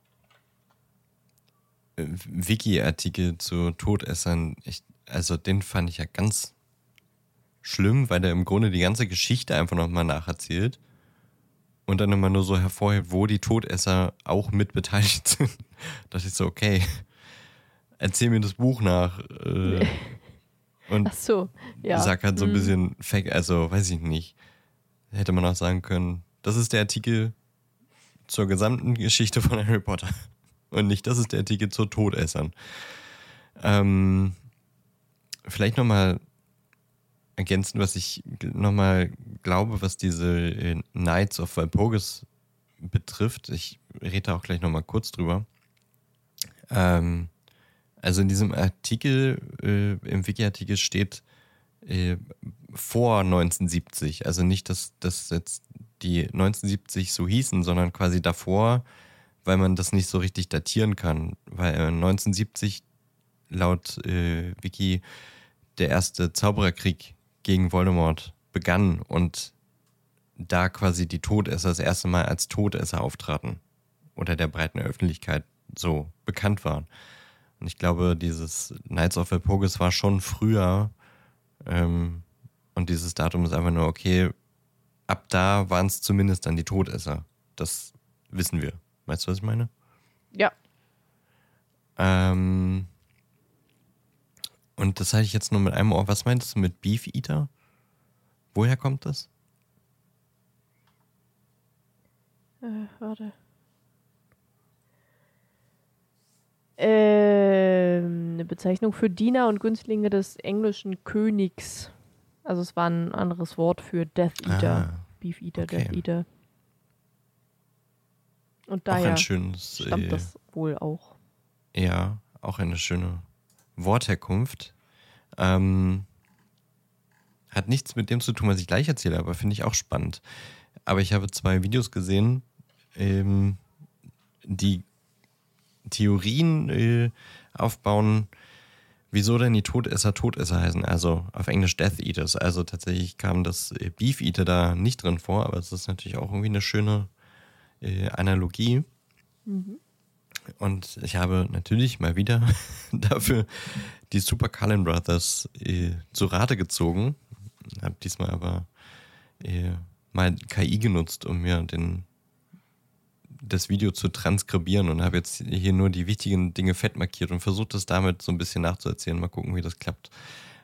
Wiki-Artikel zu Todessern, also den fand ich ja ganz schlimm, weil der im Grunde die ganze Geschichte einfach nochmal nacherzählt und dann immer nur so hervorhebt, wo die Todesser auch mit beteiligt sind. Da dachte ich so, okay, erzähl mir das Buch nach und ach so, ja. Sag halt so ein bisschen fake, also weiß ich nicht. Hätte man auch sagen können, das ist der Artikel zur gesamten Geschichte von Harry Potter. Und nicht, das ist der Artikel zu Todessern. Vielleicht nochmal ergänzen, was ich nochmal glaube, was diese Knights of Walpurgis betrifft. Ich rede da auch gleich nochmal kurz drüber. Also in diesem Artikel, im Wiki-Artikel steht vor 1970. Also nicht, dass das jetzt die 1970 so hießen, sondern quasi davor, weil man das nicht so richtig datieren kann. Weil 1970 laut Wiki der erste Zaubererkrieg gegen Voldemort begann und da quasi die Todesser das erste Mal als Todesser auftraten oder der breiten Öffentlichkeit so bekannt waren. Und ich glaube, dieses Knights of Walpurgis war schon früher und dieses Datum ist einfach nur, okay, ab da waren es zumindest dann die Todesser. Das wissen wir. Weißt du, was ich meine? Ja. Und das hatte ich jetzt nur mit einem Ohr. Was meintest du mit Beef Eater? Woher kommt das? Warte. Eine Bezeichnung für Diener und Günstlinge des englischen Königs. Also es war ein anderes Wort für Death Eater. Beef Eater, okay. Death Eater. Und daher stammt das wohl auch. Ja, auch eine schöne Wortherkunft. Hat nichts mit dem zu tun, was ich gleich erzähle, aber finde ich auch spannend. Aber ich habe 2 Videos gesehen, die Theorien aufbauen, wieso denn die Todesser heißen, also auf Englisch Death Eaters. Also tatsächlich kam das Beef Eater da nicht drin vor, aber es ist natürlich auch irgendwie eine schöne Analogie. Mhm. Und ich habe natürlich mal wieder dafür die Super Cullen Brothers zu Rate gezogen. Habe diesmal aber mal KI genutzt, um mir den das Video zu transkribieren und habe jetzt hier nur die wichtigen Dinge fett markiert und versucht, das damit so ein bisschen nachzuerzählen. Mal gucken, wie das klappt.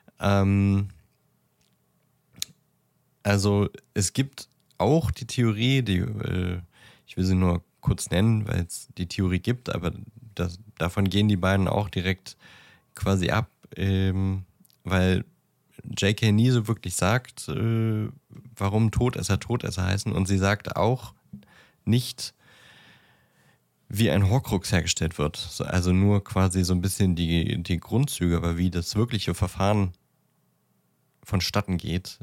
Also es gibt auch die Theorie, ich will sie nur kurz nennen, weil es die Theorie gibt, aber davon gehen die beiden auch direkt quasi ab, weil J.K. nie so wirklich sagt, warum Todesser heißen, und sie sagt auch nicht, wie ein Horcrux hergestellt wird. Also nur quasi so ein bisschen die Grundzüge, aber wie das wirkliche Verfahren vonstatten geht,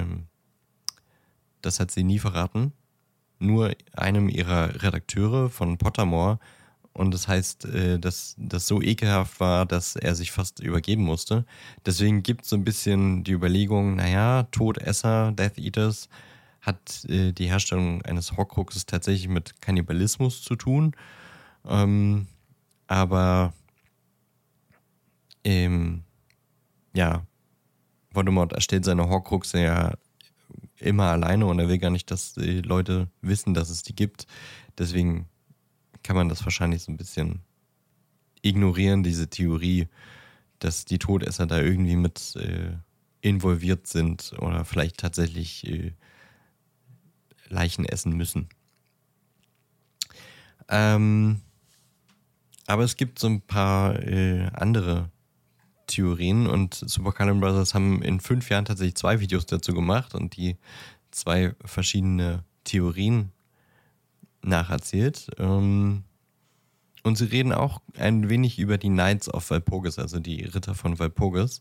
das hat sie nie verraten. Nur einem ihrer Redakteure von Pottermore. Und das heißt, dass das so ekelhaft war, dass er sich fast übergeben musste. Deswegen gibt es so ein bisschen die Überlegung, naja, Todesser, Death Eaters, hat die Herstellung eines Horcruxes tatsächlich mit Kannibalismus zu tun. Aber ja, Voldemort erstellt seine Horcruxe ja immer alleine und er will gar nicht, dass die Leute wissen, dass es die gibt. Deswegen kann man das wahrscheinlich so ein bisschen ignorieren, diese Theorie, dass die Todesser da irgendwie mit involviert sind oder vielleicht tatsächlich Leichen essen müssen. Aber es gibt so ein paar andere Theorien und Super Cullen Brothers haben in 5 Jahren tatsächlich 2 Videos dazu gemacht und die 2 verschiedene Theorien nacherzählt. Und sie reden auch ein wenig über die Knights of Walpurgis, also die Ritter von Walpurgis,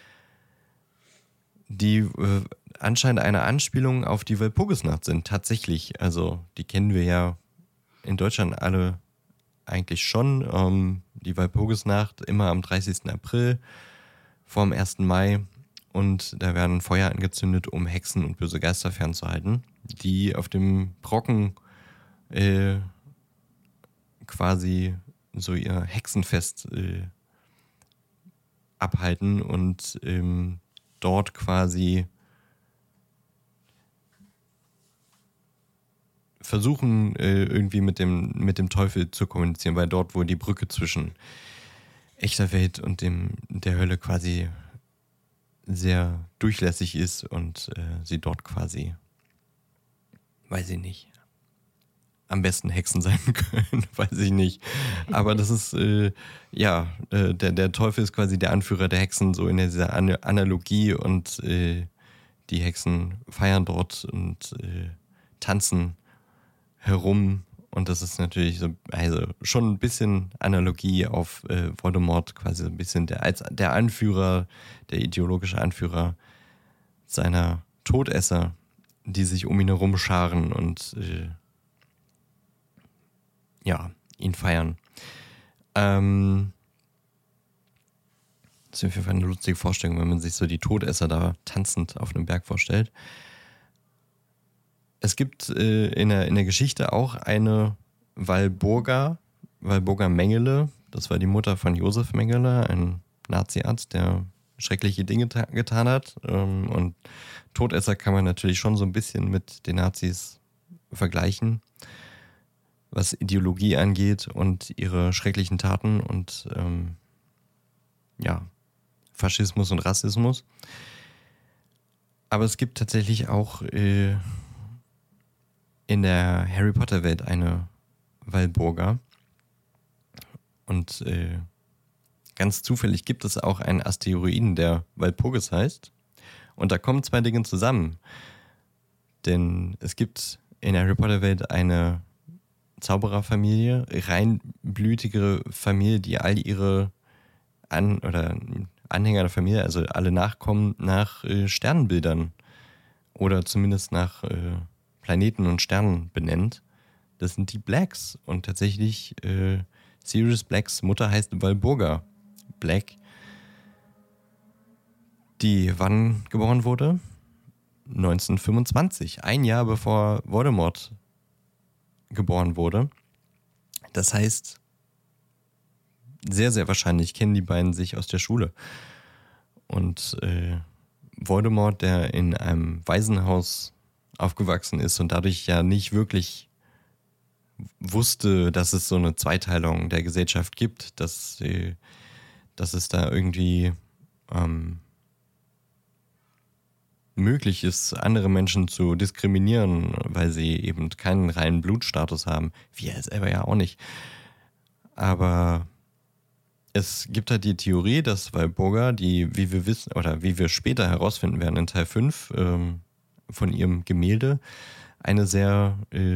die anscheinend eine Anspielung auf die Walpurgisnacht sind, tatsächlich. Also die kennen wir ja in Deutschland alle eigentlich schon. Die Walpurgisnacht immer am 30. April vorm 1. Mai und da werden Feuer angezündet, um Hexen und böse Geister fernzuhalten, die auf dem Brocken quasi so ihr Hexenfest abhalten und dort quasi versuchen irgendwie mit dem Teufel zu kommunizieren, weil dort, wo die Brücke zwischen echter Welt und der Hölle quasi sehr durchlässig ist und sie dort quasi, weiß ich nicht, am besten Hexen sein können, weiß ich nicht. Aber das ist, der Teufel ist quasi der Anführer der Hexen, so in dieser Analogie und die Hexen feiern dort und tanzen herum und das ist natürlich so, also schon ein bisschen Analogie auf Voldemort, quasi ein bisschen als der Anführer, der ideologische Anführer seiner Todesser, die sich um ihn herum scharen und ihn feiern. Das ist auf jeden Fall eine lustige Vorstellung, wenn man sich so die Todesser da tanzend auf einem Berg vorstellt. Es gibt in der Geschichte auch eine Walburga Mengele. Das war die Mutter von Josef Mengele, ein Nazi-Arzt, der schreckliche Dinge getan hat. Und Todesser kann man natürlich schon so ein bisschen mit den Nazis vergleichen, was Ideologie angeht und ihre schrecklichen Taten und Faschismus und Rassismus. Aber es gibt tatsächlich auch in der Harry Potter Welt eine Walburga und ganz zufällig gibt es auch einen Asteroiden, der Walpurgis heißt, und da kommen 2 Dinge zusammen, denn es gibt in der Harry Potter Welt eine Zaubererfamilie, reinblütige Familie, die all ihre Anhänger der Familie, also alle Nachkommen, nach Sternenbildern oder zumindest nach Planeten und Sternen benennt. Das sind die Blacks und tatsächlich Sirius Blacks Mutter heißt Walburga Black, die wann geboren wurde? 1925, ein Jahr bevor Voldemort geboren wurde. Das heißt, sehr, sehr wahrscheinlich kennen die beiden sich aus der Schule. Und Voldemort, der in einem Waisenhaus aufgewachsen ist und dadurch ja nicht wirklich wusste, dass es so eine Zweiteilung der Gesellschaft gibt, dass es da irgendwie möglich ist, andere Menschen zu diskriminieren, weil sie eben keinen reinen Blutstatus haben. Wir selber ja auch nicht. Aber es gibt halt die Theorie, dass Walburga, die, wie wir wissen, oder wie wir später herausfinden werden in Teil 5 von ihrem Gemälde, eine sehr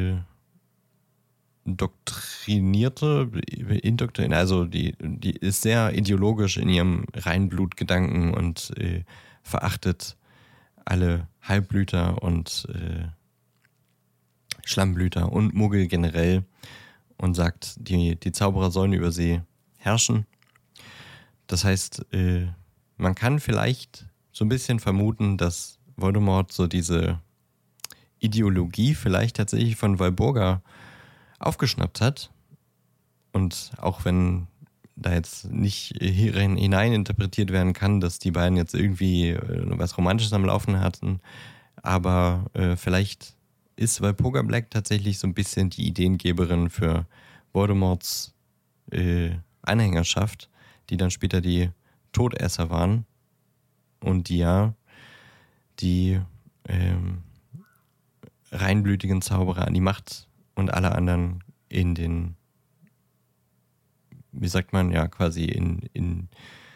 also die ist sehr ideologisch in ihrem Reinblutgedanken und verachtet alle Halbblüter und Schlammblüter und Muggel generell und sagt, die Zauberer sollen über sie herrschen. Das heißt, man kann vielleicht so ein bisschen vermuten, dass Voldemort so diese Ideologie vielleicht tatsächlich von Walburga aufgeschnappt hat. Und auch wenn da jetzt nicht hinein interpretiert werden kann, dass die beiden jetzt irgendwie was Romantisches am Laufen hatten, aber vielleicht ist Walpurga Black tatsächlich so ein bisschen die Ideengeberin für Voldemorts Anhängerschaft, die dann später die Todesser waren und die reinblütigen Zauberer an die Macht und alle anderen in den, wie sagt man, ja, quasi in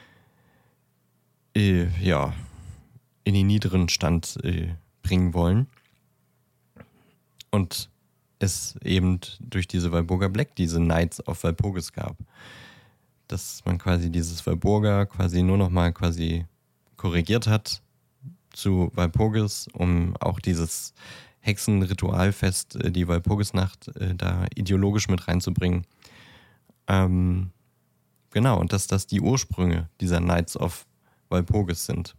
den niederen Stand bringen wollen. Und es eben durch diese Walburga Black diese Knights of Walpurgis gab. Dass man quasi dieses Walburga quasi nur noch mal quasi korrigiert hat zu Walpurgis, um auch dieses Hexenritualfest, die Walpurgisnacht, da ideologisch mit reinzubringen. Genau, und dass das die Ursprünge dieser Knights of Walpurgis sind.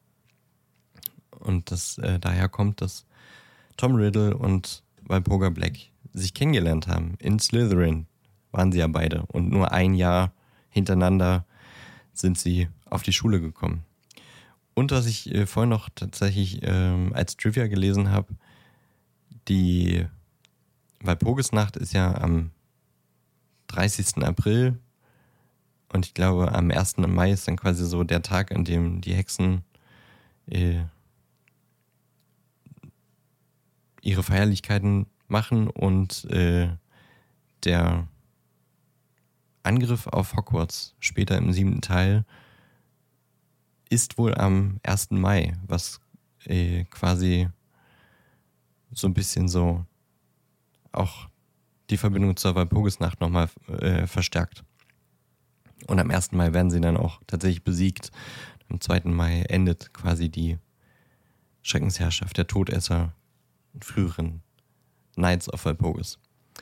Und dass daher kommt, dass Tom Riddle und Walpurga Black sich kennengelernt haben. In Slytherin waren sie ja beide. Und nur ein Jahr hintereinander sind sie auf die Schule gekommen. Und was ich vorhin noch tatsächlich als Trivia gelesen habe, die Walpurgisnacht ist ja am 30. April und ich glaube am 1. Mai ist dann quasi so der Tag, an dem die Hexen ihre Feierlichkeiten machen und der Angriff auf Hogwarts später im 7. Teil ist wohl am 1. Mai, was quasi so ein bisschen so auch die Verbindung zur Walpurgisnacht nochmal verstärkt. Und am 1. Mai werden sie dann auch tatsächlich besiegt. Am 2. Mai endet quasi die Schreckensherrschaft der Todesser, früheren Knights of Walpurgis.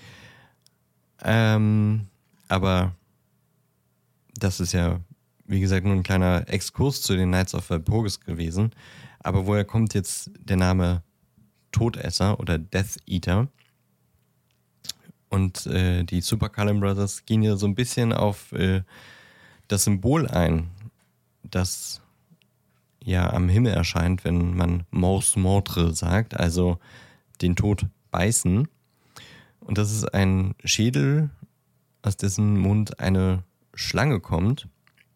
Aber das ist ja, wie gesagt, nur ein kleiner Exkurs zu den Knights of Walpurgis gewesen. Aber woher kommt jetzt der Name Todesser oder Death Eater? Und die Super Cullen Brothers gehen ja so ein bisschen auf das Symbol ein, das ja am Himmel erscheint, wenn man Mors Mordre sagt, also den Tod beißen. Und das ist ein Schädel, aus dessen Mund eine Schlange kommt.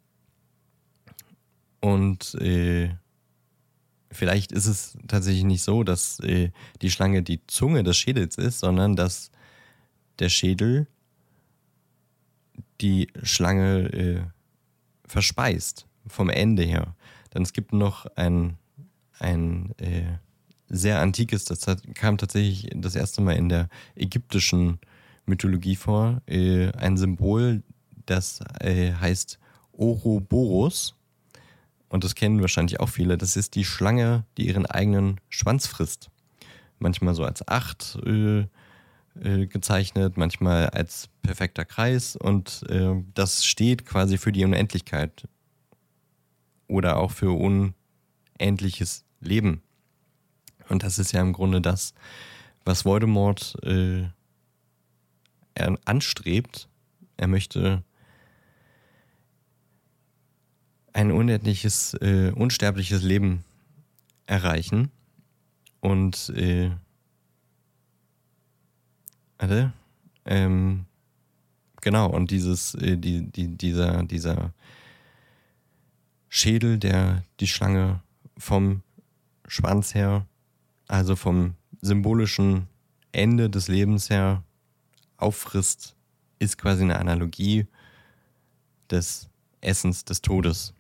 Und vielleicht ist es tatsächlich nicht so, dass die Schlange die Zunge des Schädels ist, sondern dass der Schädel die Schlange verspeist, vom Ende her. Dann es gibt noch ein sehr antikes, das kam tatsächlich das erste Mal in der ägyptischen Mythologie vor, ein Symbol, das heißt Ouroboros. Und das kennen wahrscheinlich auch viele. Das ist die Schlange, die ihren eigenen Schwanz frisst. Manchmal so als 8 gezeichnet, manchmal als perfekter Kreis. Und das steht quasi für die Unendlichkeit. Oder auch für unendliches Leben. Und das ist ja im Grunde das, was Voldemort anstrebt. Er möchte ein unendliches, unsterbliches Leben erreichen. Und Genau, und dieser Schädel, der die Schlange vom Schwanz her, also vom symbolischen Ende des Lebens her auffrisst, ist quasi eine Analogie des Essens des Todes.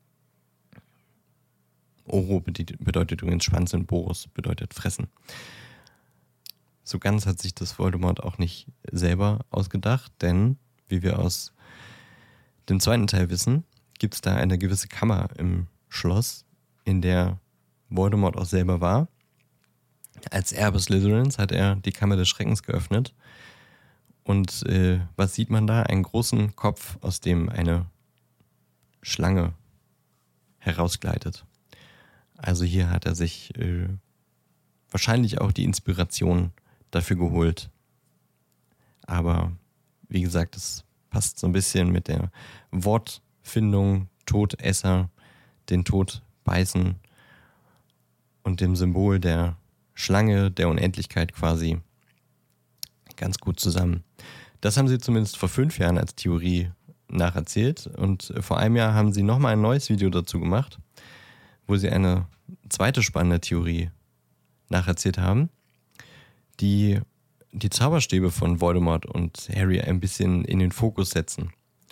Oro bedeutet übrigens Schwanz und Boros bedeutet fressen. So ganz hat sich das Voldemort auch nicht selber ausgedacht, denn, wie wir aus dem zweiten Teil wissen, gibt es da eine gewisse Kammer im Schloss, in der Voldemort auch selber war. Als Erbe Slytherins hat er die Kammer des Schreckens geöffnet. Und was sieht man da? Einen großen Kopf, aus dem eine Schlange herausgleitet. Also hier hat er sich wahrscheinlich auch die Inspiration dafür geholt. Aber wie gesagt, es passt so ein bisschen mit der Wortfindung Todesser, den Tod beißen und dem Symbol der Schlange, der Unendlichkeit quasi ganz gut zusammen. Das haben sie zumindest vor 5 Jahren als Theorie nacherzählt und vor einem Jahr haben sie nochmal ein neues Video dazu gemacht, wo sie eine zweite spannende Theorie nacherzählt haben, die die Zauberstäbe von Voldemort und Harry ein bisschen in den Fokus setzen.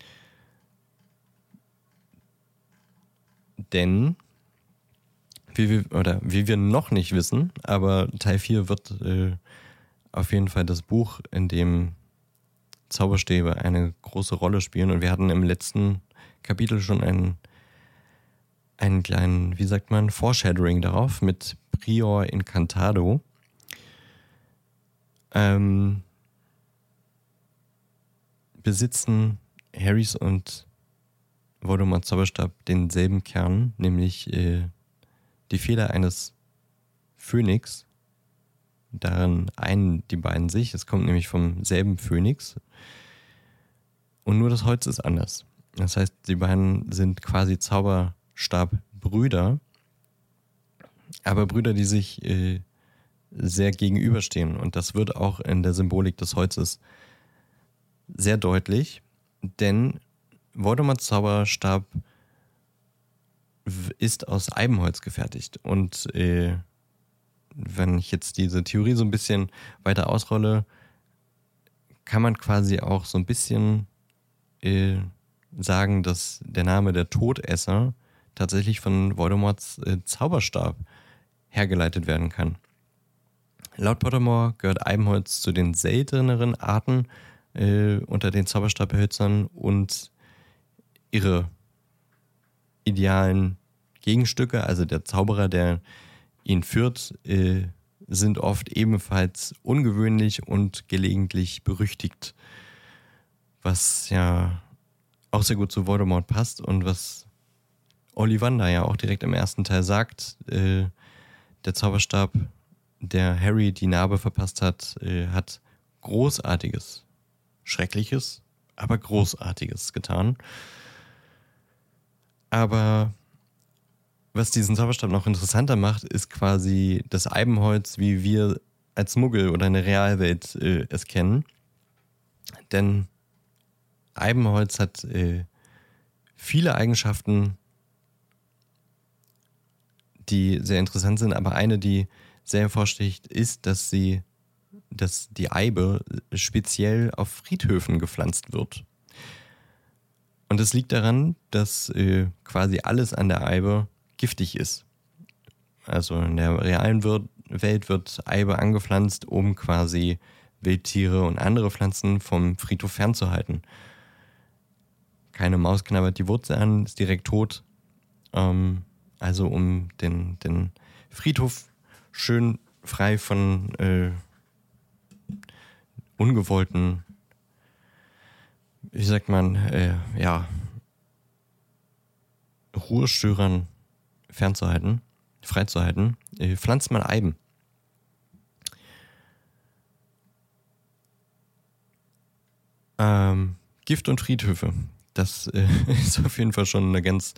Denn, wie wir noch nicht wissen, aber Teil 4 wird auf jeden Fall das Buch, in dem Zauberstäbe eine große Rolle spielen. Und wir hatten im letzten Kapitel schon einen kleinen, wie sagt man, Foreshadowing darauf mit Prior Incantado. Besitzen Harrys und Voldemorts Zauberstab denselben Kern, nämlich die Feder eines Phönix. Darin einen die beiden sich. Es kommt nämlich vom selben Phönix. Und nur das Holz ist anders. Das heißt, die beiden sind quasi Zauberstabbrüder, aber Brüder, die sich sehr gegenüberstehen. Und das wird auch in der Symbolik des Holzes sehr deutlich, denn Voldemorts Zauberstab ist aus Eibenholz gefertigt. Und wenn ich jetzt diese Theorie so ein bisschen weiter ausrolle, kann man quasi auch so ein bisschen sagen, dass der Name der Todesser tatsächlich von Voldemorts Zauberstab hergeleitet werden kann. Laut Pottermore gehört Eibenholz zu den selteneren Arten unter den Zauberstabhölzern und ihre idealen Gegenstücke, also der Zauberer, der ihn führt, sind oft ebenfalls ungewöhnlich und gelegentlich berüchtigt, was ja auch sehr gut zu Voldemort passt und was Ollivander ja auch direkt im ersten Teil sagt. Der Zauberstab, der Harry die Narbe verpasst hat, hat Großartiges, Schreckliches, aber Großartiges getan. Aber was diesen Zauberstab noch interessanter macht, ist quasi das Eibenholz, wie wir als Muggel oder eine Realwelt es kennen. Denn Eibenholz hat viele Eigenschaften, die sehr interessant sind, aber eine, die sehr hervorsticht, ist, dass die Eibe speziell auf Friedhöfen gepflanzt wird. Und es liegt daran, dass quasi alles an der Eibe giftig ist. Also in der realen Welt wird Eibe angepflanzt, um quasi Wildtiere und andere Pflanzen vom Friedhof fernzuhalten. Keine Maus knabbert die Wurzel an, ist direkt tot. Also um den Friedhof schön frei von ungewollten, wie sagt man, Ruhestörern freizuhalten, pflanzt man Eiben. Gift und Friedhöfe, das ist auf jeden Fall schon eine ganz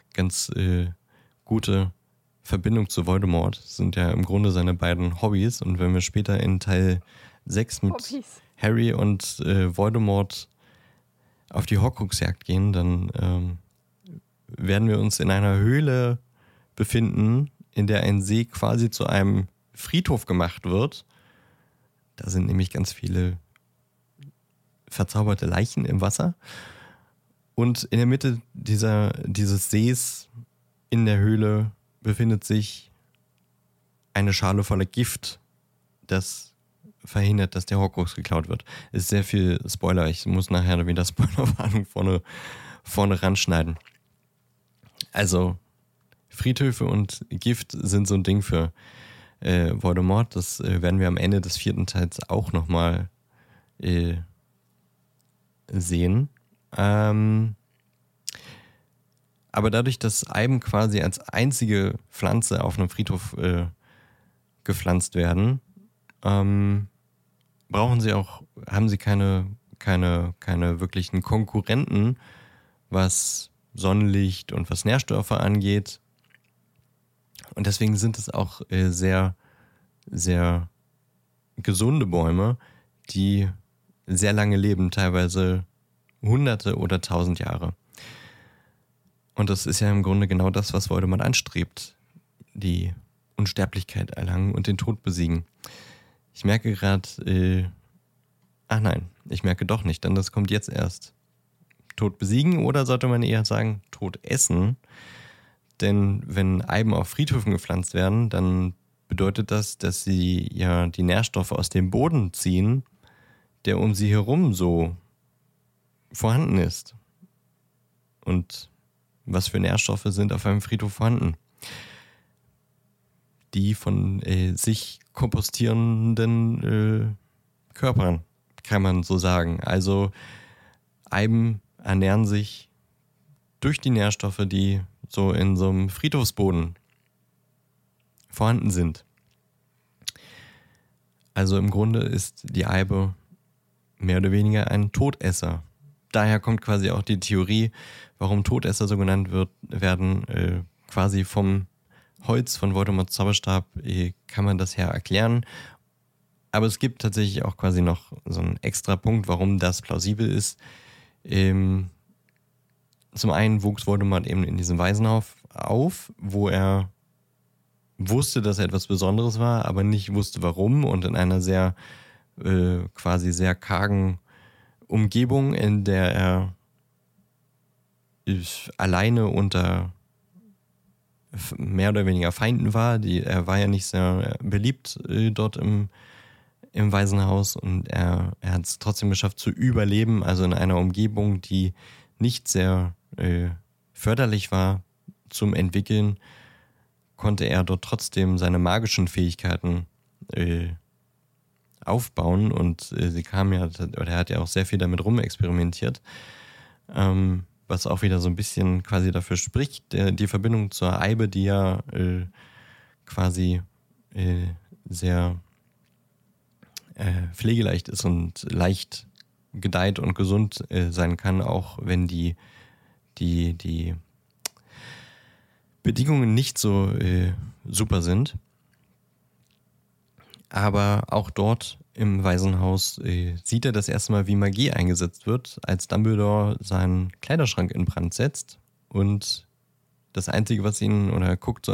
gute Verbindung zu Voldemort. Das sind ja im Grunde seine beiden Hobbys. Und wenn wir später in Teil 6 mit Hobbys. Harry und Voldemort auf die Horcruxjagd gehen, dann werden wir uns in einer Höhle befinden, in der ein See quasi zu einem Friedhof gemacht wird. Da sind nämlich ganz viele verzauberte Leichen im Wasser. Und in der Mitte dieses Sees in der Höhle befindet sich eine Schale voller Gift, das verhindert, dass der Horcrux geklaut wird. Ist sehr viel Spoiler. Ich muss nachher wieder Spoilerwarnung vorne ranschneiden. Also Friedhöfe und Gift sind so ein Ding für Voldemort. Das werden wir am Ende des 4. Teils auch nochmal sehen. Aber dadurch, dass Eiben quasi als einzige Pflanze auf einem Friedhof gepflanzt werden, haben sie keine wirklichen Konkurrenten, was Sonnenlicht und was Nährstoffe angeht. Und deswegen sind es auch sehr, sehr gesunde Bäume, die sehr lange leben, teilweise Hunderte oder 1000 Jahre. Und das ist ja im Grunde genau das, was Voldemort anstrebt. Die Unsterblichkeit erlangen und den Tod besiegen. Ich merke gerade, ich merke doch nicht, denn das kommt jetzt erst. Tod besiegen oder sollte man eher sagen, Tod essen? Denn wenn Eiben auf Friedhöfen gepflanzt werden, dann bedeutet das, dass sie ja die Nährstoffe aus dem Boden ziehen, der um sie herum so vorhanden ist. Und was für Nährstoffe sind auf einem Friedhof vorhanden? Die von sich kompostierenden Körpern, kann man so sagen. Also Eiben ernähren sich durch die Nährstoffe, die so in so einem Friedhofsboden vorhanden sind. Also im Grunde ist die Eibe mehr oder weniger ein Todesser. Daher kommt quasi auch die Theorie, warum Todesser so genannt werden, quasi vom Holz von Voldemorts Zauberstab kann man das her erklären. Aber es gibt tatsächlich auch quasi noch so einen extra Punkt, warum das plausibel ist. Zum einen wuchs Voldemort eben in diesem Waisenhaus auf, wo er wusste, dass er etwas Besonderes war, aber nicht wusste warum, und in einer sehr quasi sehr kargen Umgebung, in der er alleine unter mehr oder weniger Feinden war. Er war ja nicht sehr beliebt dort im Waisenhaus, und er hat es trotzdem geschafft zu überleben, also in einer Umgebung, die nicht sehr förderlich war zum Entwickeln, konnte er dort trotzdem seine magischen Fähigkeiten aufbauen, und er hat ja auch sehr viel damit rumexperimentiert, was auch wieder so ein bisschen quasi dafür spricht, die Verbindung zur Eibe, die ja quasi sehr pflegeleicht ist und leicht gedeiht und gesund sein kann, auch wenn die Bedingungen nicht so super sind. Aber auch dort im Waisenhaus sieht er das erste Mal, wie Magie eingesetzt wird, als Dumbledore seinen Kleiderschrank in Brand setzt. Und das Einzige, was ihn, oder er guckt so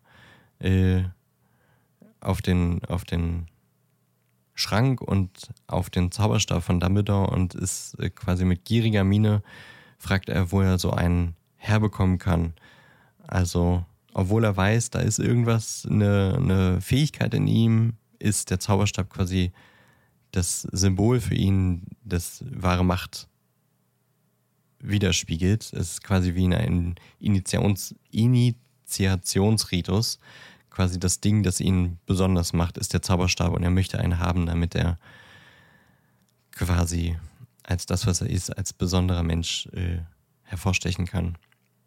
auf den Schrank und auf den Zauberstab von Dumbledore und ist quasi mit gieriger Miene, fragt er, wo er so einen herbekommen kann. Also, obwohl er weiß, da ist irgendwas, eine Fähigkeit in ihm, ist der Zauberstab quasi das Symbol für ihn, das wahre Macht widerspiegelt. Es ist quasi wie ein Initiationsritus. Quasi das Ding, das ihn besonders macht, ist der Zauberstab, und er möchte einen haben, damit er quasi als das, was er ist, als besonderer Mensch hervorstechen kann.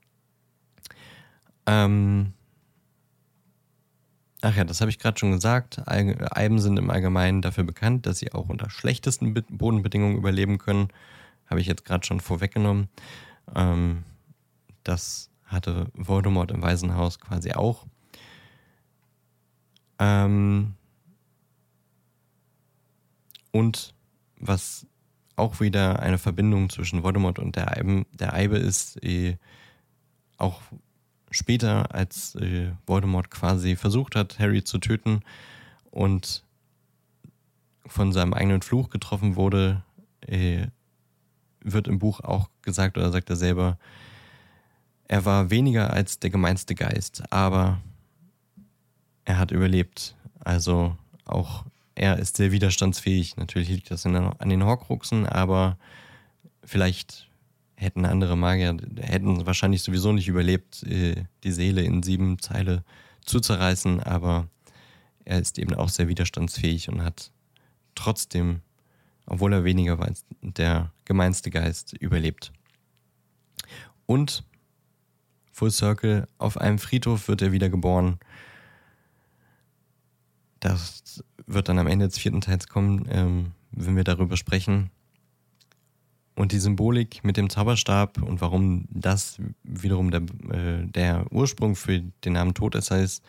Ach ja, das habe ich gerade schon gesagt. Eiben sind im Allgemeinen dafür bekannt, dass sie auch unter schlechtesten Bodenbedingungen überleben können. Habe ich jetzt gerade schon vorweggenommen. Das hatte Voldemort im Waisenhaus quasi auch. Und was auch wieder eine Verbindung zwischen Voldemort und der Eibe ist, auch später, als Voldemort quasi versucht hat, Harry zu töten und von seinem eigenen Fluch getroffen wurde, wird im Buch auch gesagt, oder sagt er selber, er war weniger als der gemeinste Geist, aber er hat überlebt. Also auch er ist sehr widerstandsfähig. Natürlich liegt das an den Horcruxen, aber vielleicht hätten andere Magier, hätten wahrscheinlich sowieso nicht überlebt, die Seele in 7 Teile zu zerreißen, aber er ist eben auch sehr widerstandsfähig und hat trotzdem, obwohl er weniger war als der gemeinste Geist, überlebt. Und Full Circle, auf einem Friedhof wird er wieder geboren. Das wird dann am Ende des 4. Teils kommen, wenn wir darüber sprechen. Und die Symbolik mit dem Zauberstab und warum das wiederum der Ursprung für den Namen Todesser ist,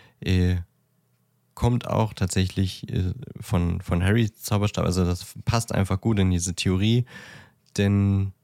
kommt auch tatsächlich von Harrys Zauberstab. Also das passt einfach gut in diese Theorie, denn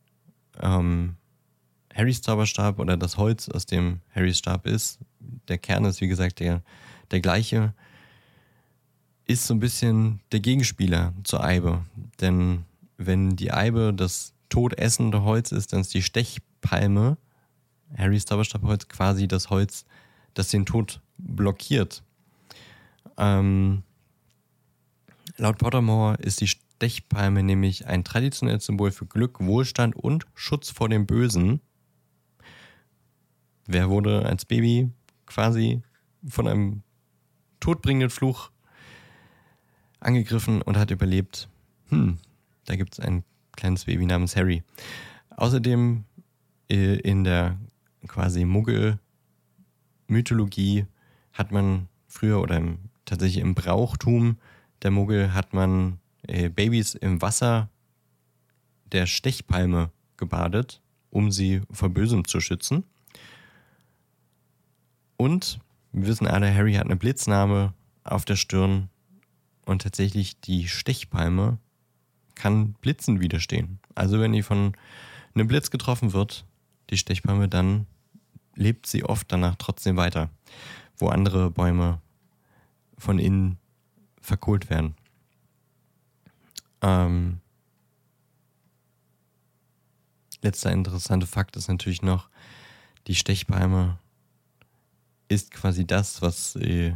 Harrys Zauberstab oder das Holz, aus dem Harrys Stab ist, der Kern ist wie gesagt der gleiche, ist so ein bisschen der Gegenspieler zur Eibe. Denn wenn die Eibe das todessende Holz ist, dann ist die Stechpalme, Harrys Zauberstabholz, quasi das Holz, das den Tod blockiert. Laut Pottermore ist die Stechpalme nämlich ein traditionelles Symbol für Glück, Wohlstand und Schutz vor dem Bösen. Wer wurde als Baby quasi von einem todbringenden Fluch angegriffen und hat überlebt? Da gibt es ein kleines Baby namens Harry. Außerdem in der quasi Muggel-Mythologie hat man früher oder tatsächlich im Brauchtum der Muggel hat man Babys im Wasser der Stechpalme gebadet, um sie vor Bösem zu schützen. Und wir wissen alle, Harry hat eine Blitznarbe auf der Stirn und tatsächlich die Stechpalme kann Blitzen widerstehen. Also wenn die von einem Blitz getroffen wird, die Stechpalme, dann lebt sie oft danach trotzdem weiter, wo andere Bäume von innen verkohlt werden. Letzter interessanter Fakt ist natürlich noch, die Stechpalme ist quasi das, was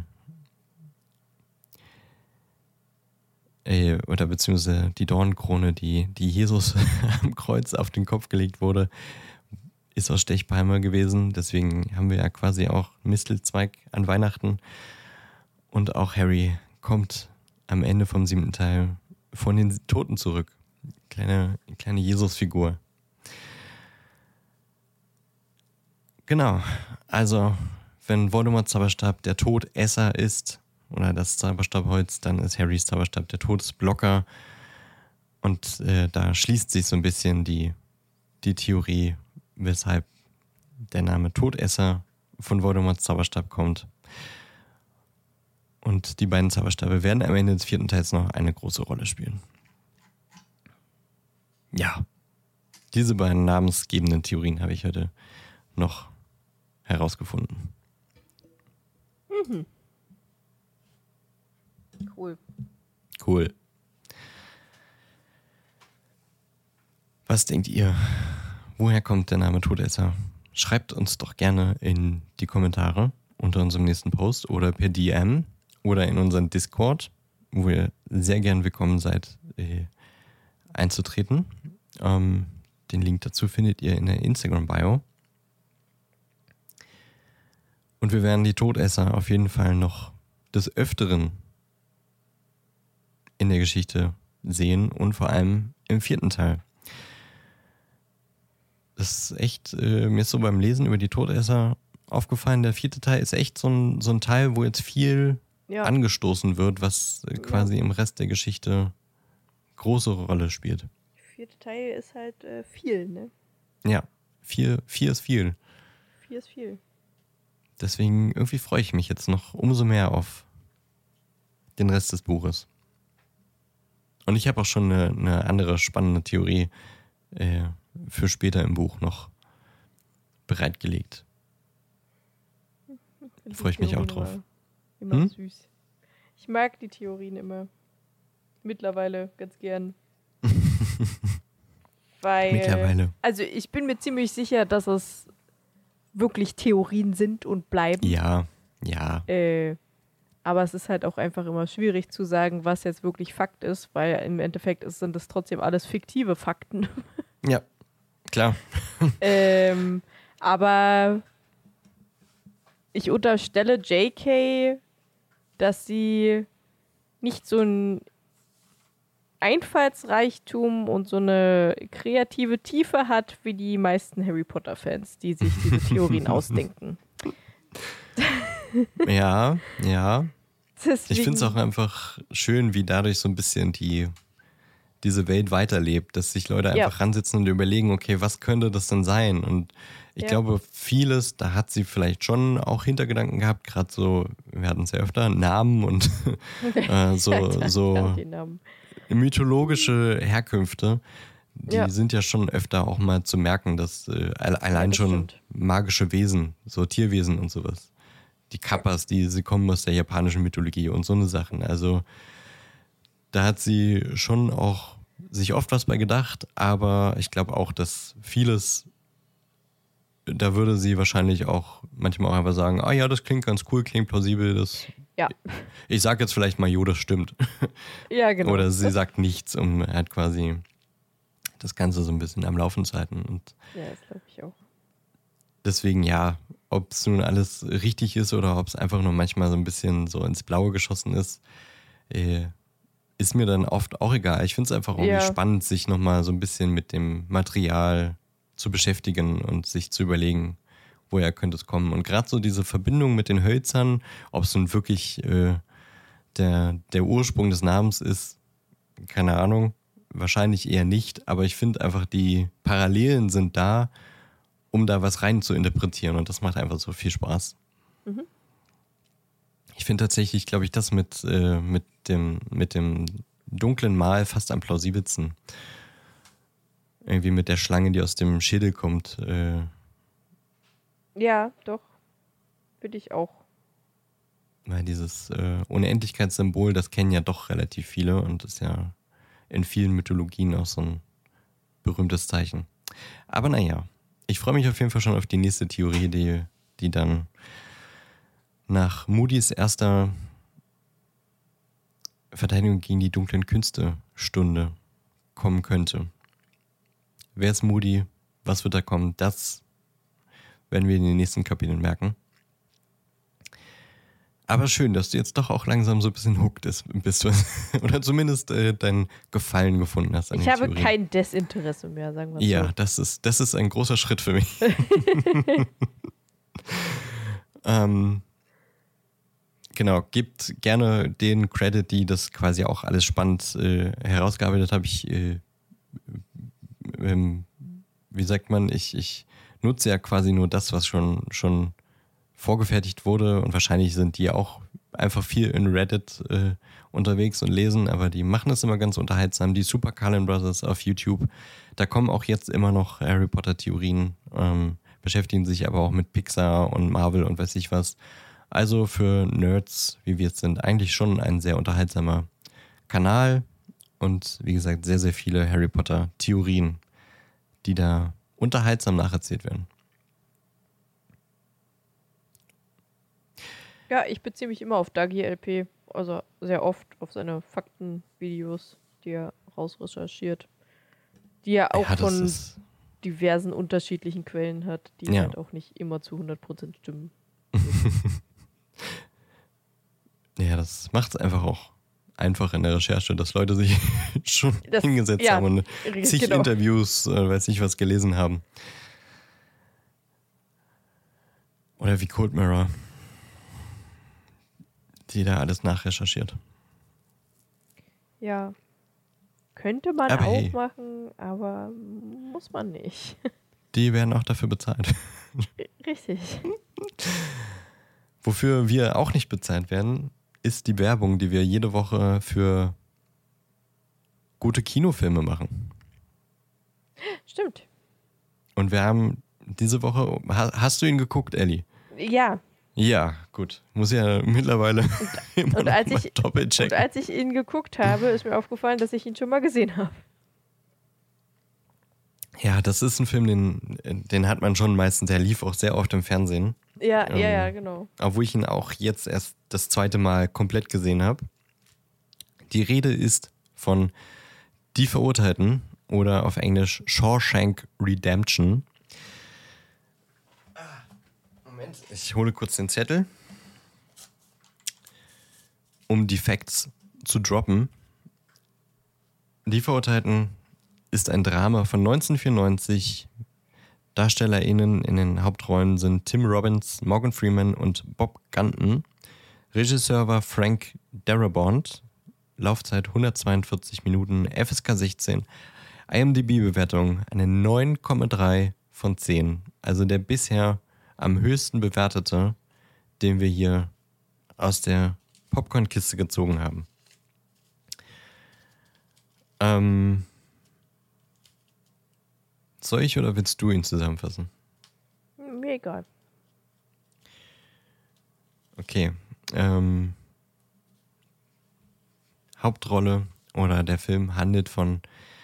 oder beziehungsweise die Dornenkrone, die Jesus am Kreuz auf den Kopf gelegt wurde, ist aus Stechpalme gewesen. Deswegen haben wir ja quasi auch Mistelzweig an Weihnachten. Und auch Harry kommt am Ende vom 7. Teil von den Toten zurück. Kleine Jesus-Figur. Genau, also wenn Voldemorts Zauberstab der Todesser ist, oder das Zauberstabholz, dann ist Harrys Zauberstab der Todesblocker. Und da schließt sich so ein bisschen die Theorie, weshalb der Name Todesser von Voldemorts Zauberstab kommt. Und die beiden Zauberstäbe werden am Ende des 4. Teils noch eine große Rolle spielen. Ja, diese beiden namensgebenden Theorien habe ich heute noch herausgefunden. Mhm. Cool. Was denkt ihr? Woher kommt der Name Todesser? Schreibt uns doch gerne in die Kommentare unter unserem nächsten Post oder per DM oder in unseren Discord, wo ihr sehr gern willkommen seid, einzutreten. Den Link dazu findet ihr in der Instagram-Bio. Und wir werden die Todesser auf jeden Fall noch des Öfteren in der Geschichte sehen und vor allem im 4. Teil. Das ist echt, mir ist so beim Lesen über die Todesser aufgefallen, der 4. Teil ist echt so ein Teil, wo jetzt viel angestoßen wird, was quasi im Rest der Geschichte große Rolle spielt. Der 4. Teil ist halt viel, ne? Ja, 4 ist viel. 4 ist viel. Deswegen irgendwie freue ich mich jetzt noch umso mehr auf den Rest des Buches. Und ich habe auch schon eine andere spannende Theorie für später im Buch noch bereitgelegt. Freue ich mich auch drauf. Immer süß. Ich mag die Theorien immer. Mittlerweile ganz gern. Mittlerweile. Also ich bin mir ziemlich sicher, dass es wirklich Theorien sind und bleiben. Ja. Aber es ist halt auch einfach immer schwierig zu sagen, was jetzt wirklich Fakt ist, weil im Endeffekt sind das trotzdem alles fiktive Fakten. Ja, klar. Aber ich unterstelle JK, dass sie nicht so ein Einfallsreichtum und so eine kreative Tiefe hat wie die meisten Harry Potter-Fans, die sich diese Theorien ausdenken. Ja. Deswegen, Ich finde es auch einfach schön, wie dadurch so ein bisschen diese Welt weiterlebt, dass sich Leute einfach ransitzen und überlegen, okay, was könnte das denn sein? Und ich glaube, vieles, da hat sie vielleicht schon auch Hintergedanken gehabt, gerade so, wir hatten es ja öfter, Namen und so die Namen. mythologische Herkünfte, die sind ja schon öfter auch mal zu merken, dass allein das schon stimmt. magische Wesen, so Tierwesen und sowas. Die Kappas, sie kommen aus der japanischen Mythologie und so eine Sachen. Also da hat sie schon auch sich oft was bei gedacht, aber ich glaube auch, dass vieles, da würde sie wahrscheinlich auch manchmal auch einfach sagen, ja, das klingt ganz cool, klingt plausibel, das. Ja. Ich sag jetzt vielleicht mal, das stimmt. Ja, genau. Oder sie sagt nichts, um halt quasi das Ganze so ein bisschen am Laufen zu halten. Und Ja, das glaube ich auch. deswegen ob es nun alles richtig ist oder ob es einfach nur manchmal so ein bisschen so ins Blaue geschossen ist, ist mir dann oft auch egal. Ich finde es einfach irgendwie spannend, sich nochmal so ein bisschen mit dem Material zu beschäftigen und sich zu überlegen, woher könnte es kommen. Und gerade so diese Verbindung mit den Hölzern, ob es nun wirklich der Ursprung des Namens ist, keine Ahnung, wahrscheinlich eher nicht, aber ich finde einfach, die Parallelen sind da, um da was rein zu interpretieren und das macht einfach so viel Spaß. Mhm. Ich finde tatsächlich, glaube ich, das mit dem dunklen Mal fast am plausibelsten. Irgendwie mit der Schlange, die aus dem Schädel kommt. Ja, doch. Finde ich auch. Weil dieses Unendlichkeitssymbol, das kennen ja doch relativ viele und ist ja in vielen Mythologien auch so ein berühmtes Zeichen. Aber naja, ich freue mich auf jeden Fall schon auf die nächste Theorie, die dann nach Moody's erster Verteidigung gegen die dunklen Künste Stunde kommen könnte. Wer ist Moody? Was wird da kommen? Das werden wir in den nächsten Kapiteln merken. Aber schön, dass du jetzt doch auch langsam so ein bisschen hooked bist. Oder zumindest dein Gefallen gefunden hast an den Ich habe Theorien. kein Desinteresse mehr, sagen wir so. Ja, das ist ein großer Schritt für mich. Genau, gebt gerne den Credit, die das quasi auch alles spannend herausgearbeitet habe. Wie sagt man, ich nutze ja quasi nur das, was schon vorgefertigt wurde und wahrscheinlich sind die auch einfach viel in Reddit unterwegs und lesen, aber die machen es immer ganz unterhaltsam. Die Super Carlin Brothers auf YouTube, da kommen auch jetzt immer noch Harry Potter Theorien, beschäftigen sich aber auch mit Pixar und Marvel und weiß ich was. Also für Nerds, wie wir es sind, eigentlich schon ein sehr unterhaltsamer Kanal und wie gesagt sehr, sehr viele Harry Potter Theorien, die da unterhaltsam nacherzählt werden. Ja, ich beziehe mich immer auf Dagi LP, also sehr oft auf seine Faktenvideos, die er rausrecherchiert, die er auch von diversen unterschiedlichen Quellen hat, die halt auch nicht immer zu 100% stimmen. Ja, das macht es einfach auch einfach in der Recherche, dass Leute sich schon hingesetzt haben und zig Interviews, weiß ich was, gelesen haben. Oder wie Cold Mirror, die da alles nachrecherchiert. Ja, könnte man aber auch machen, aber muss man nicht. Die werden auch dafür bezahlt. Richtig. Wofür wir auch nicht bezahlt werden, ist die Werbung, die wir jede Woche für gute Kinofilme machen. Stimmt. Und wir haben diese Woche, hast du ihn geguckt, Ellie? Ja. Ja, gut. Muss ja mittlerweile immer Und noch als mal doppelt und checken. als ich ihn geguckt habe, ist mir aufgefallen, dass ich ihn schon mal gesehen habe. Ja, das ist ein Film, den hat man schon meistens, der lief auch sehr oft im Fernsehen. Ja, genau. Obwohl ich ihn auch jetzt erst das zweite Mal komplett gesehen habe. Die Rede ist von Die Verurteilten oder auf Englisch Shawshank Redemption. Moment, ich hole kurz den Zettel, um die Facts zu droppen. Die Verurteilten ist ein Drama von 1994. DarstellerInnen in den Hauptrollen sind Tim Robbins, Morgan Freeman und Bob Gunton. Regisseur war Frank Darabont. Laufzeit 142 Minuten, FSK 16. IMDb-Bewertung eine 9,3 von 10. Also der bisher am höchsten bewertete, den wir hier aus der Popcorn-Kiste gezogen haben. Soll ich oder willst du ihn zusammenfassen? Mir egal. Okay. Hauptrolle oder der Film handelt von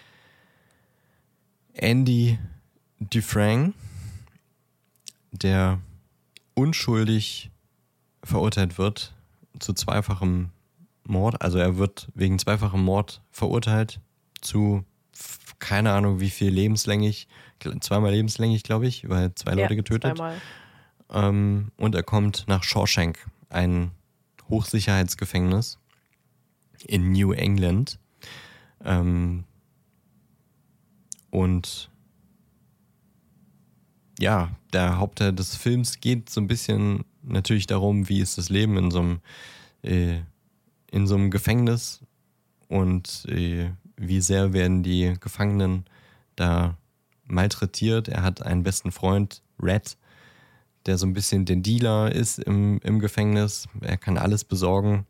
Andy Dufresne, der unschuldig verurteilt wird zu zweifachem Mord. Also er wird wegen zweifachem Mord verurteilt zu keine Ahnung wie viel lebenslänglich, zweimal lebenslänglich, glaube ich, weil zwei Leute getötet. Zweimal. Und er kommt nach Shawshank, ein Hochsicherheitsgefängnis in New England. Und ja, der Hauptteil des Films geht so ein bisschen natürlich darum, wie ist das Leben in so einem Gefängnis und wie sehr werden die Gefangenen da malträtiert. Er hat einen besten Freund, Red, der so ein bisschen der Dealer ist im Gefängnis. Er kann alles besorgen.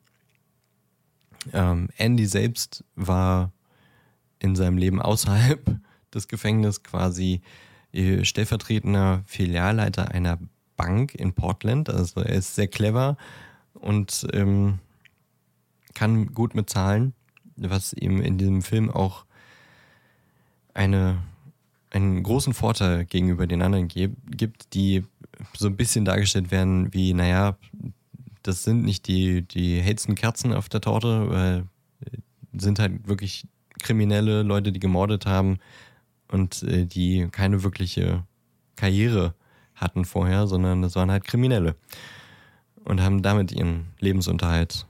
Andy selbst war in seinem Leben außerhalb des Gefängnisses quasi stellvertretender Filialleiter einer Bank in Portland. Also er ist sehr clever und kann gut mit Zahlen, was ihm in diesem Film auch einen großen Vorteil gegenüber den anderen gibt, die so ein bisschen dargestellt werden wie, naja, das sind nicht die hellsten Kerzen auf der Torte, weil sind halt wirklich kriminelle Leute, die gemordet haben und die keine wirkliche Karriere hatten vorher, sondern das waren halt Kriminelle und haben damit ihren Lebensunterhalt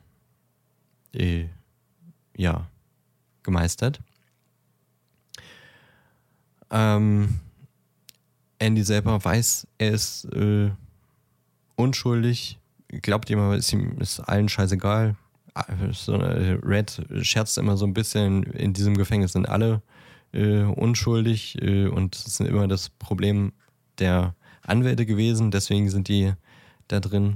gemeistert. Andy selber weiß, er ist unschuldig, glaubt ihm aber, ist allen scheißegal. Red scherzt immer so ein bisschen, in diesem Gefängnis sind alle unschuldig und es ist immer das Problem der Anwälte gewesen, deswegen sind die da drin.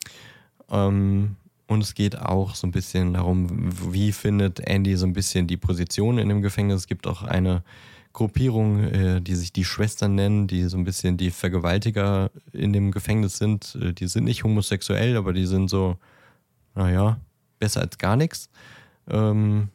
Und es geht auch so ein bisschen darum, wie findet Andy so ein bisschen die Position in dem Gefängnis. Es gibt auch eine Gruppierung, die sich die Schwestern nennen, die so ein bisschen die Vergewaltiger in dem Gefängnis sind. Die sind nicht homosexuell, aber die sind so, naja, besser als gar nichts. Und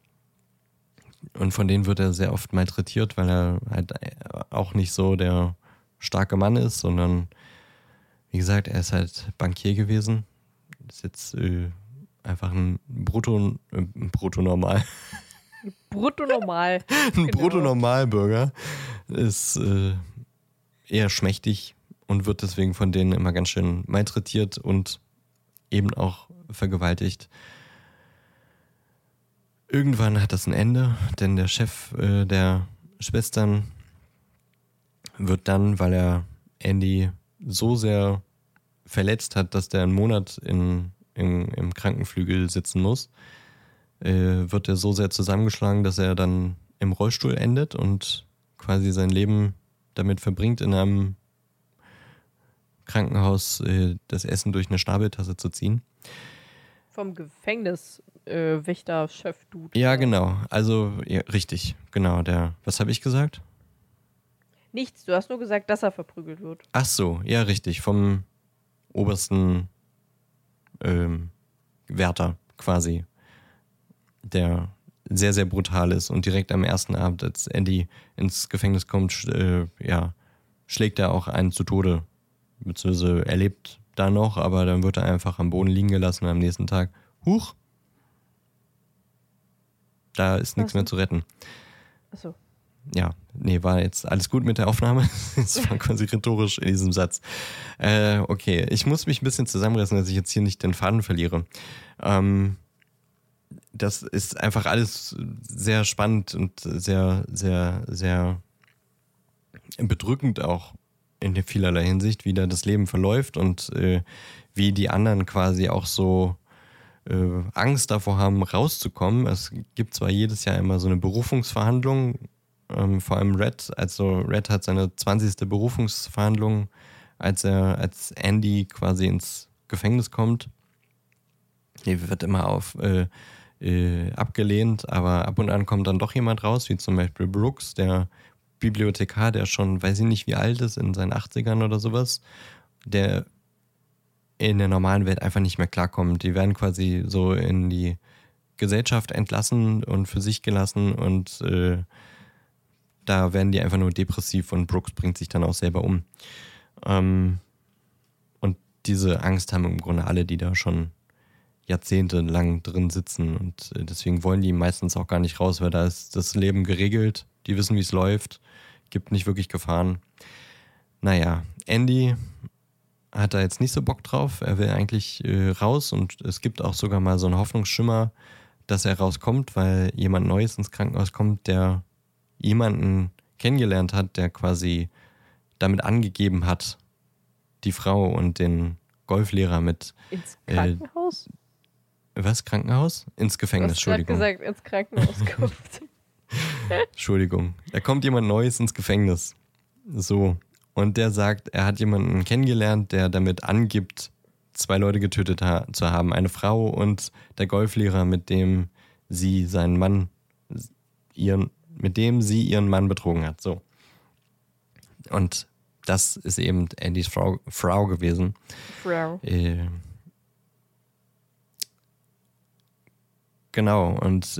von denen wird er sehr oft malträtiert, weil er halt auch nicht so der starke Mann ist, sondern, wie gesagt, er ist halt Bankier gewesen. Ist jetzt einfach ein Bruttonormal. Bruttonormal. Ein Bruttonormalbürger ist eher schmächtig und wird deswegen von denen immer ganz schön malträtiert und eben auch vergewaltigt. Irgendwann hat das ein Ende, denn der Chef der Schwestern wird dann, weil er Andy so sehr verletzt hat, dass der einen Monat im Krankenflügel sitzen muss, wird er so sehr zusammengeschlagen, dass er dann im Rollstuhl endet und quasi sein Leben damit verbringt, in einem Krankenhaus das Essen durch eine Schnabeltasse zu ziehen. Vom Gefängnis Wächter, Chef, Dude. Ja, genau. Also, ja, richtig. Genau, was habe ich gesagt? Nichts, du hast nur gesagt, dass er verprügelt wird. Ach so, ja, richtig. Vom obersten Wärter quasi, der sehr, sehr brutal ist und direkt am ersten Abend, als Andy ins Gefängnis kommt, schlägt er auch einen zu Tode. Beziehungsweise er lebt da noch, aber dann wird er einfach am Boden liegen gelassen und am nächsten Tag, huch, da ist nichts mehr zu retten. Achso. Ja, nee, war jetzt alles gut mit der Aufnahme. Das war quasi rhetorisch in diesem Satz. Okay, ich muss mich ein bisschen zusammenreißen, dass ich jetzt hier nicht den Faden verliere. Das ist einfach alles sehr spannend und sehr, sehr, sehr bedrückend auch in vielerlei Hinsicht, wie da das Leben verläuft und wie die anderen quasi auch so Angst davor haben, rauszukommen. Es gibt zwar jedes Jahr immer so eine Berufungsverhandlung, vor allem Red. Also Red hat seine 20. Berufungsverhandlung, als Andy quasi ins Gefängnis kommt. Die wird immer abgelehnt, aber ab und an kommt dann doch jemand raus, wie zum Beispiel Brooks, der Bibliothekar, der schon, weiß ich nicht wie alt ist, in seinen 80ern oder sowas, der in der normalen Welt einfach nicht mehr klarkommt. Die werden quasi so in die Gesellschaft entlassen und für sich gelassen und da werden die einfach nur depressiv und Brooks bringt sich dann auch selber um. Und diese Angst haben im Grunde alle, die da schon jahrzehntelang drin sitzen und deswegen wollen die meistens auch gar nicht raus, weil da ist das Leben geregelt, die wissen, wie es läuft, gibt nicht wirklich Gefahren. Naja, Andy hat da jetzt nicht so Bock drauf, er will eigentlich raus und es gibt auch sogar mal so einen Hoffnungsschimmer, dass er rauskommt, weil jemand Neues ins Krankenhaus kommt, der jemanden kennengelernt hat, der quasi damit angegeben hat, die Frau und den Golflehrer mit... Ins Krankenhaus? Was? Krankenhaus? Ins Gefängnis, Entschuldigung. Du hast gesagt, ins Krankenhaus kommt. Entschuldigung. Da kommt jemand Neues ins Gefängnis. So. Und der sagt, er hat jemanden kennengelernt, der damit angibt, 2 Leute getötet zu haben. Eine Frau und der Golflehrer, mit dem sie ihren Mann betrogen hat. So. Und das ist eben Andys Frau gewesen. Frau. Genau, und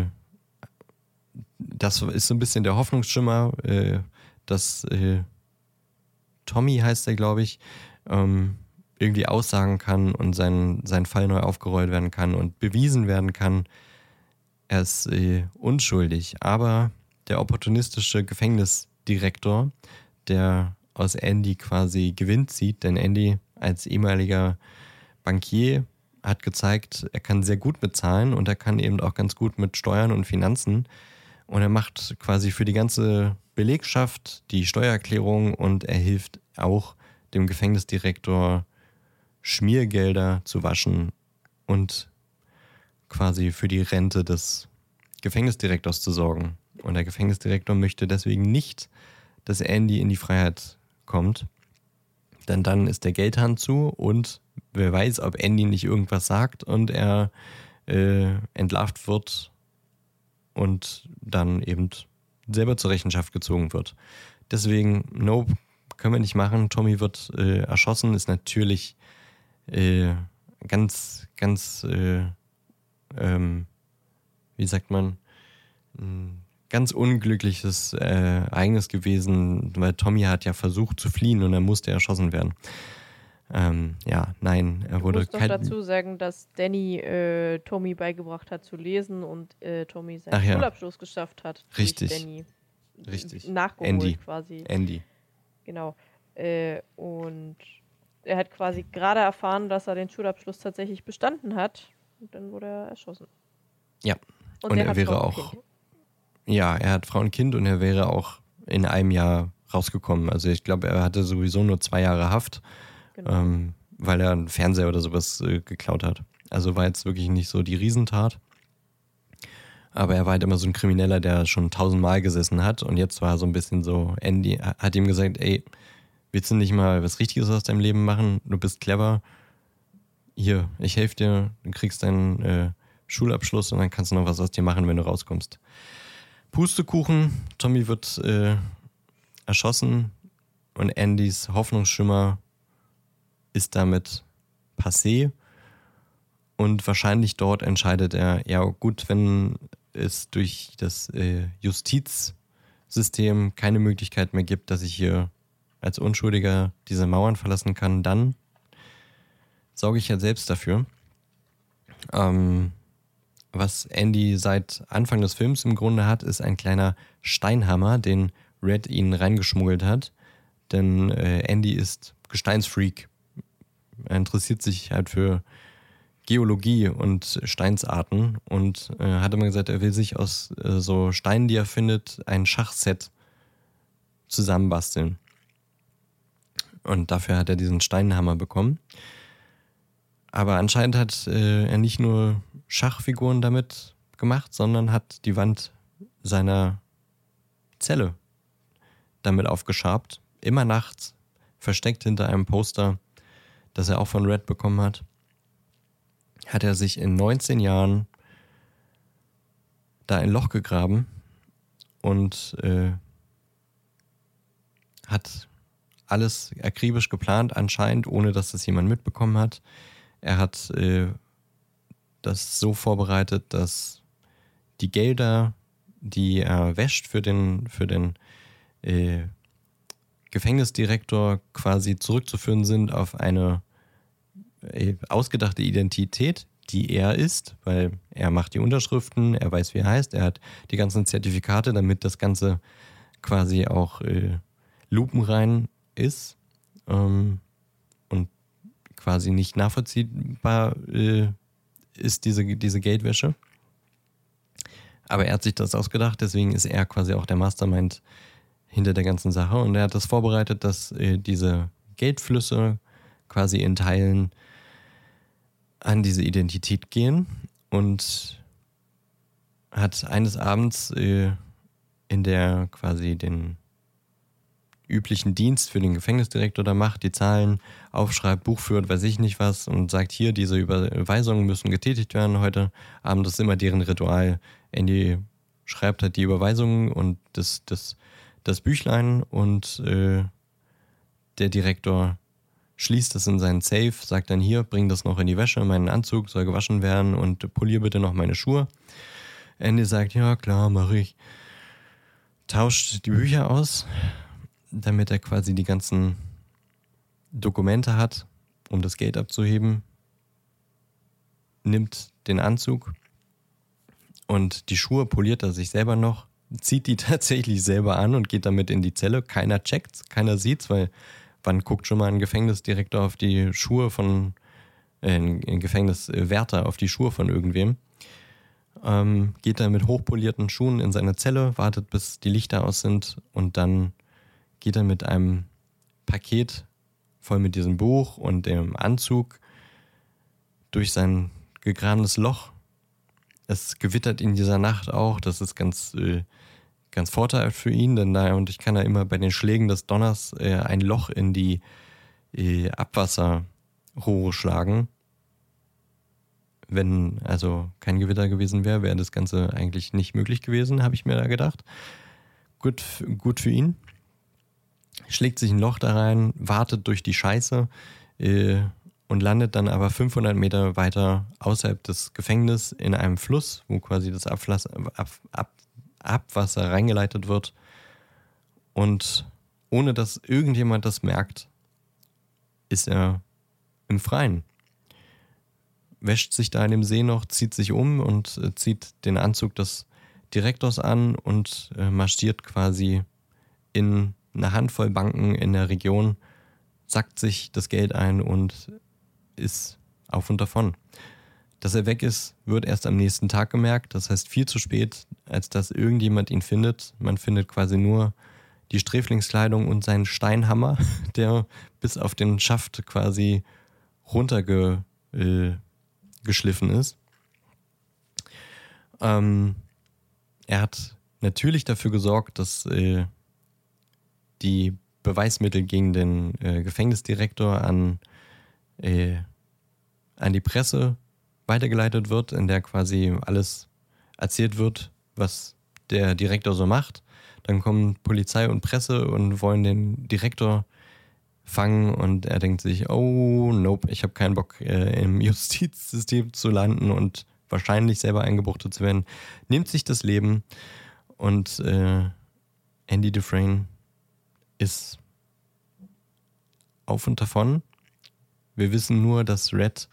das ist so ein bisschen der Hoffnungsschimmer, dass Tommy heißt er, glaube ich, irgendwie aussagen kann und sein Fall neu aufgerollt werden kann und bewiesen werden kann, er ist unschuldig. Aber der opportunistische Gefängnisdirektor, der aus Andy quasi Gewinn zieht, denn Andy als ehemaliger Bankier hat gezeigt, er kann sehr gut bezahlen und er kann eben auch ganz gut mit Steuern und Finanzen. Und er macht quasi für die ganze Belegschaft die Steuererklärung und er hilft auch dem Gefängnisdirektor, Schmiergelder zu waschen und quasi für die Rente des Gefängnisdirektors zu sorgen. Und der Gefängnisdirektor möchte deswegen nicht, dass Andy in die Freiheit kommt. Denn dann ist der Geldhahn zu und wer weiß, ob Andy nicht irgendwas sagt und er entlarvt wird und dann eben selber zur Rechenschaft gezogen wird. Deswegen, nope, können wir nicht machen. Tommy wird erschossen, ist natürlich ganz, ganz, wie sagt man, ganz unglückliches Ereignis gewesen, weil Tommy hat ja versucht zu fliehen und er musste erschossen werden. Nein, er wurde... Ich muss noch dazu sagen, dass Danny Tommy beigebracht hat zu lesen und Tommy seinen Schulabschluss geschafft hat. Richtig. Danny. Richtig. Nachgeholt Andy. quasi. Andy. Genau. Und er hat quasi gerade erfahren, dass er den Schulabschluss tatsächlich bestanden hat. Und dann wurde er erschossen. Ja. Und er wäre auch... Ja, er hat Frau und Kind und er wäre auch in einem Jahr rausgekommen. Also ich glaube, er hatte sowieso nur 2 Jahre Haft, genau. Weil er einen Fernseher oder sowas geklaut hat. Also war jetzt wirklich nicht so die Riesentat. Aber er war halt immer so ein Krimineller, der schon 1000-mal gesessen hat und jetzt war er so ein bisschen so, Andy hat ihm gesagt, ey, willst du nicht mal was Richtiges aus deinem Leben machen? Du bist clever. hier, ich helfe dir, du kriegst deinen Schulabschluss und dann kannst du noch was aus dir machen, wenn du rauskommst. Pustekuchen, Tommy wird erschossen und Andys Hoffnungsschimmer ist damit passé und wahrscheinlich dort entscheidet er, ja gut, wenn es durch das Justizsystem keine Möglichkeit mehr gibt, dass ich hier als Unschuldiger diese Mauern verlassen kann, dann sorge ich ja selbst dafür. Was Andy seit Anfang des Films im Grunde hat, ist ein kleiner Steinhammer, den Red ihnen reingeschmuggelt hat. Denn Andy ist Gesteinsfreak. Er interessiert sich halt für Geologie und Steinsarten und hat immer gesagt, er will sich aus so Steinen, die er findet, ein Schachset zusammenbasteln. Und dafür hat er diesen Steinhammer bekommen. Aber anscheinend hat er nicht nur Schachfiguren damit gemacht, sondern hat die Wand seiner Zelle damit aufgeschabt. Immer nachts, versteckt hinter einem Poster, das er auch von Red bekommen hat, hat er sich in 19 Jahren da ein Loch gegraben und hat alles akribisch geplant, anscheinend, ohne dass das jemand mitbekommen hat. Er hat das so vorbereitet, dass die Gelder, die er wäscht für den Gefängnisdirektor, quasi zurückzuführen sind auf eine ausgedachte Identität, die er ist, weil er macht die Unterschriften, er weiß, wie er heißt, er hat die ganzen Zertifikate, damit das Ganze quasi auch lupenrein ist und quasi nicht nachvollziehbar ist diese Geldwäsche. Aber er hat sich das ausgedacht, deswegen ist er quasi auch der Mastermind hinter der ganzen Sache und er hat das vorbereitet, dass diese Geldflüsse quasi in Teilen an diese Identität gehen und hat eines Abends in der quasi den üblichen Dienst für den Gefängnisdirektor da macht, die Zahlen aufschreibt, Buch führt, weiß ich nicht was und sagt, hier, diese Überweisungen müssen getätigt werden heute Abend, das ist immer deren Ritual. Andy schreibt halt die Überweisungen und das Büchlein und der Direktor schließt das in seinen Safe, sagt dann, hier, bring das noch in die Wäsche, meinen Anzug soll gewaschen werden und polier bitte noch meine Schuhe. Andy sagt, ja klar, mache ich. Tauscht die Bücher aus, damit er quasi die ganzen Dokumente hat, um das Geld abzuheben, nimmt den Anzug und die Schuhe poliert er sich selber noch, zieht die tatsächlich selber an und geht damit in die Zelle. Keiner checkt's, keiner sieht's, weil wann guckt schon mal ein Gefängnisdirektor auf die Schuhe von, ein Gefängniswärter auf die Schuhe von irgendwem. Geht dann mit hochpolierten Schuhen in seine Zelle, wartet bis die Lichter aus sind und dann geht er mit einem Paket voll mit diesem Buch und dem Anzug durch sein gegrabenes Loch. Es gewittert in dieser Nacht auch, das ist ganz vorteilhaft für ihn, denn dadurch kann er immer bei den Schlägen des Donners ein Loch in die Abwasserrohre schlagen. Wenn also kein Gewitter gewesen wäre, wäre das Ganze eigentlich nicht möglich gewesen, habe ich mir da gedacht. Gut für ihn. Schlägt sich ein Loch da rein, wartet durch die Scheiße und landet dann aber 500 Meter weiter außerhalb des Gefängnisses in einem Fluss, wo quasi das Abwasser reingeleitet wird. Und ohne dass irgendjemand das merkt, ist er im Freien. Wäscht sich da in dem See noch, zieht sich um und zieht den Anzug des Direktors an und marschiert quasi in eine Handvoll Banken in der Region, sackt sich das Geld ein und ist auf und davon. Dass er weg ist, wird erst am nächsten Tag gemerkt. Das heißt viel zu spät, als dass irgendjemand ihn findet. Man findet quasi nur die Sträflingskleidung und seinen Steinhammer, der bis auf den Schaft quasi runtergeschliffen ist. Er hat natürlich dafür gesorgt, dass die Beweismittel gegen den Gefängnisdirektor an die Presse weitergeleitet wird, in der quasi alles erzählt wird, was der Direktor so macht. Dann kommen Polizei und Presse und wollen den Direktor fangen und er denkt sich, oh, nope, ich habe keinen Bock im Justizsystem zu landen und wahrscheinlich selber eingebuchtet zu werden. Nimmt sich das Leben und Andy Dufresne ist auf und davon. Wir wissen nur, dass Red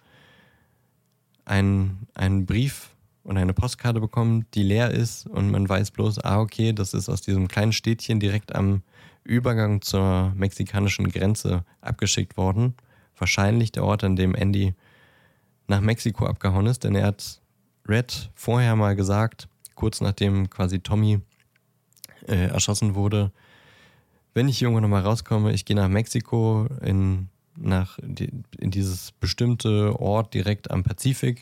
einen Brief und eine Postkarte bekommt, die leer ist und man weiß bloß, okay, das ist aus diesem kleinen Städtchen direkt am Übergang zur mexikanischen Grenze abgeschickt worden. Wahrscheinlich der Ort, an dem Andy nach Mexiko abgehauen ist, denn er hat Red vorher mal gesagt, kurz nachdem quasi Tommy erschossen wurde, wenn ich irgendwann nochmal rauskomme, ich gehe nach Mexiko in dieses bestimmte Ort direkt am Pazifik.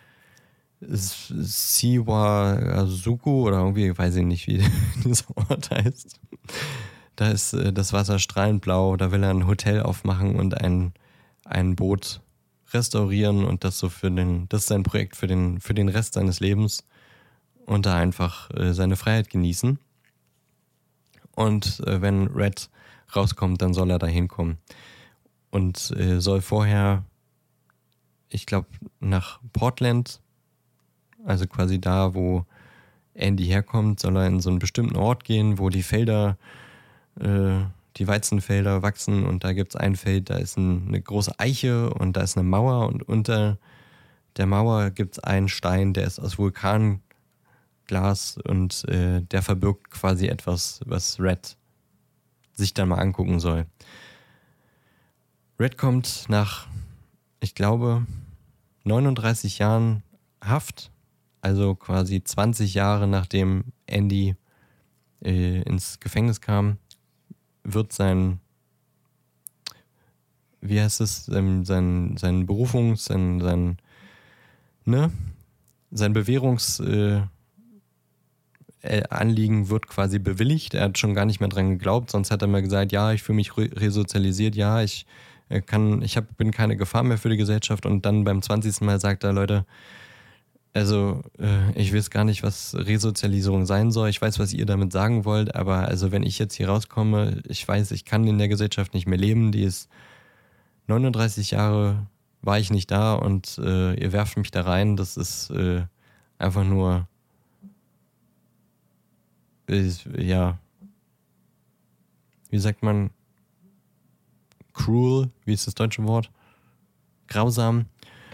Siwazuku oder irgendwie, weiß ich nicht, wie dieser Ort heißt. Da ist das Wasser strahlend blau, da will er ein Hotel aufmachen und ein Boot restaurieren und das das ist sein Projekt für den Rest seines Lebens und da einfach seine Freiheit genießen. Und wenn Red rauskommt, dann soll er da hinkommen und soll vorher, ich glaube, nach Portland, also quasi da, wo Andy herkommt, soll er in so einen bestimmten Ort gehen, wo die Felder, die Weizenfelder wachsen und da gibt es ein Feld, da ist eine große Eiche und da ist eine Mauer und unter der Mauer gibt es einen Stein, der ist aus Vulkanglas und der verbirgt quasi etwas, was Red sich dann mal angucken soll. Red kommt nach, ich glaube, 39 Jahren Haft, also quasi 20 Jahre nachdem Andy ins Gefängnis kam, wird sein Bewährungsanliegen wird quasi bewilligt. Er hat schon gar nicht mehr dran geglaubt, sonst hat er mal gesagt, ja, ich fühle mich resozialisiert, ja, ich bin keine Gefahr mehr für die Gesellschaft und dann beim 20. Mal sagt er, Leute, also ich weiß gar nicht, was Resozialisierung sein soll. Ich weiß, was ihr damit sagen wollt, aber also wenn ich jetzt hier rauskomme, ich weiß, ich kann in der Gesellschaft nicht mehr leben. Die ist 39 Jahre war ich nicht da und ihr werft mich da rein. Das ist einfach nur ja, wie sagt man, cruel, wie ist das deutsche Wort? Grausam.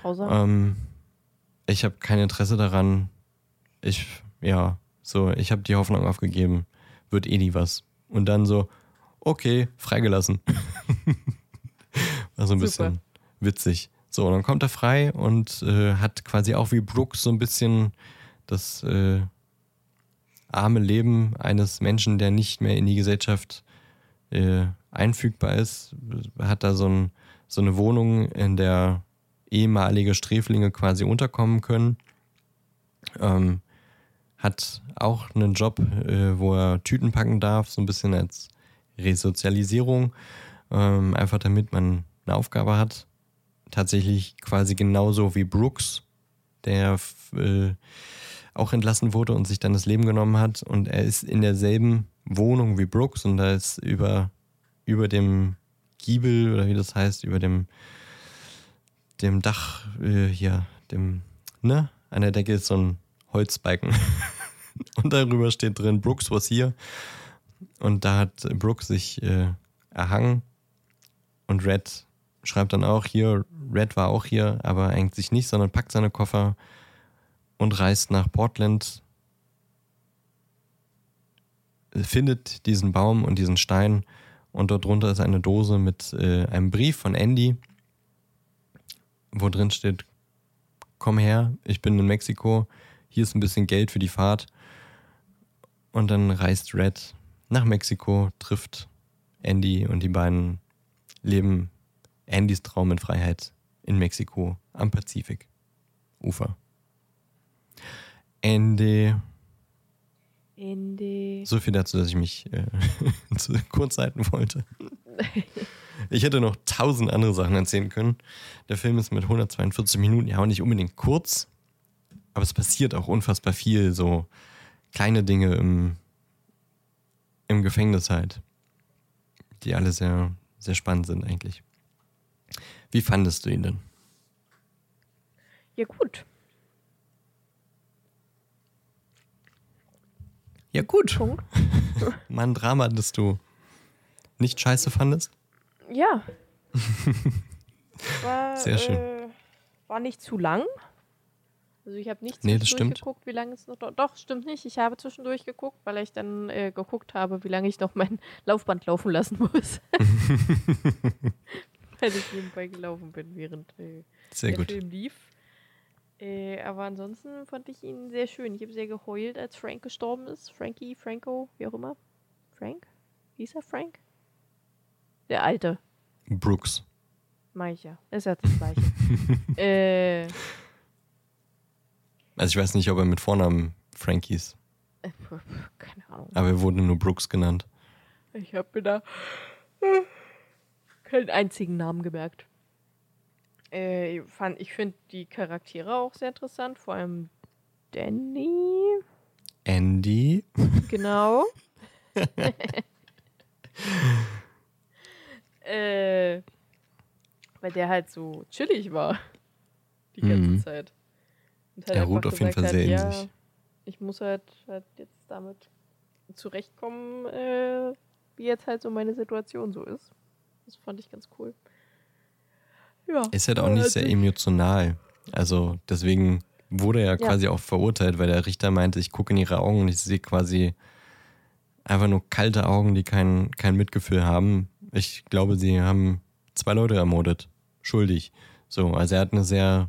Ich habe kein Interesse daran. Ich habe die Hoffnung aufgegeben. Wird eh nie was. Und dann so, okay, freigelassen. War so ein bisschen witzig. So, und dann kommt er frei und hat quasi auch wie Brooks so ein bisschen das arme Leben eines Menschen, der nicht mehr in die Gesellschaft einfügbar ist. Hat da so eine Wohnung, in der ehemalige Sträflinge quasi unterkommen können. Hat auch einen Job, wo er Tüten packen darf, so ein bisschen als Resozialisierung, einfach damit man eine Aufgabe hat. Tatsächlich quasi genauso wie Brooks, der auch entlassen wurde und sich dann das Leben genommen hat. Und er ist in derselben Wohnung wie Brooks und da ist über dem Giebel oder wie das heißt, über dem Dach an der Decke ist so ein Holzbalken und darüber steht drin, Brooks was hier und da hat Brooks sich erhangen und Red schreibt dann auch hier, Red war auch hier, aber eigentlich nicht, sondern packt seine Koffer und reist nach Portland, findet diesen Baum und diesen Stein und dort drunter ist eine Dose mit einem Brief von Andy, wo drin steht, komm her, ich bin in Mexiko, hier ist ein bisschen Geld für die Fahrt. Und dann reist Red nach Mexiko, trifft Andy und die beiden leben Andys Traum in Freiheit in Mexiko am Pazifikufer. Ende. So viel dazu, dass ich mich kurz halten wollte. Ich hätte noch 1000 andere Sachen erzählen können. Der Film ist mit 142 Minuten ja auch nicht unbedingt kurz, aber es passiert auch unfassbar viel, so kleine Dinge im Gefängnis halt, die alle sehr, sehr spannend sind eigentlich. Wie fandest du ihn denn? Ja, gut. Ja gut. Punkt. Mal ein Drama, das du nicht scheiße fandest? Ja. War, Sehr schön. War nicht zu lang. Also ich habe nicht Nee, das zwischendurch stimmt. geguckt, wie lange es noch... Doch, stimmt nicht. Ich habe zwischendurch geguckt, weil ich dann geguckt habe, wie lange ich noch mein Laufband laufen lassen muss. Weil ich nebenbei gelaufen bin, während Sehr der gut. Film lief. Aber ansonsten fand ich ihn sehr schön. Ich habe sehr geheult, als Frank gestorben ist. Frankie, Franco, wie auch immer. Frank? Hieß er Frank? Der Alte. Brooks. Meicher. Ist ja das Gleiche. Also ich weiß nicht, ob er mit Vornamen Frankie ist, Keine Ahnung. aber er wurde nur Brooks genannt. Ich habe mir da keinen einzigen Namen gemerkt. Ich finde die Charaktere auch sehr interessant, vor allem Danny. Andy. Genau. Weil der halt so chillig war. Die ganze Zeit. Und halt Er einfach ruht auf jeden gesagt Fall sehr hat, in sich. ich muss halt jetzt damit zurechtkommen, wie jetzt halt so meine Situation so ist. Das fand ich ganz cool. Ja. Ist halt auch nicht sehr emotional. Also deswegen wurde er Ja. quasi auch verurteilt, weil der Richter meinte, ich gucke in ihre Augen und ich sehe quasi einfach nur kalte Augen, die kein Mitgefühl haben. Ich glaube, sie haben 2 Leute ermordet. Schuldig. So, also er hat eine sehr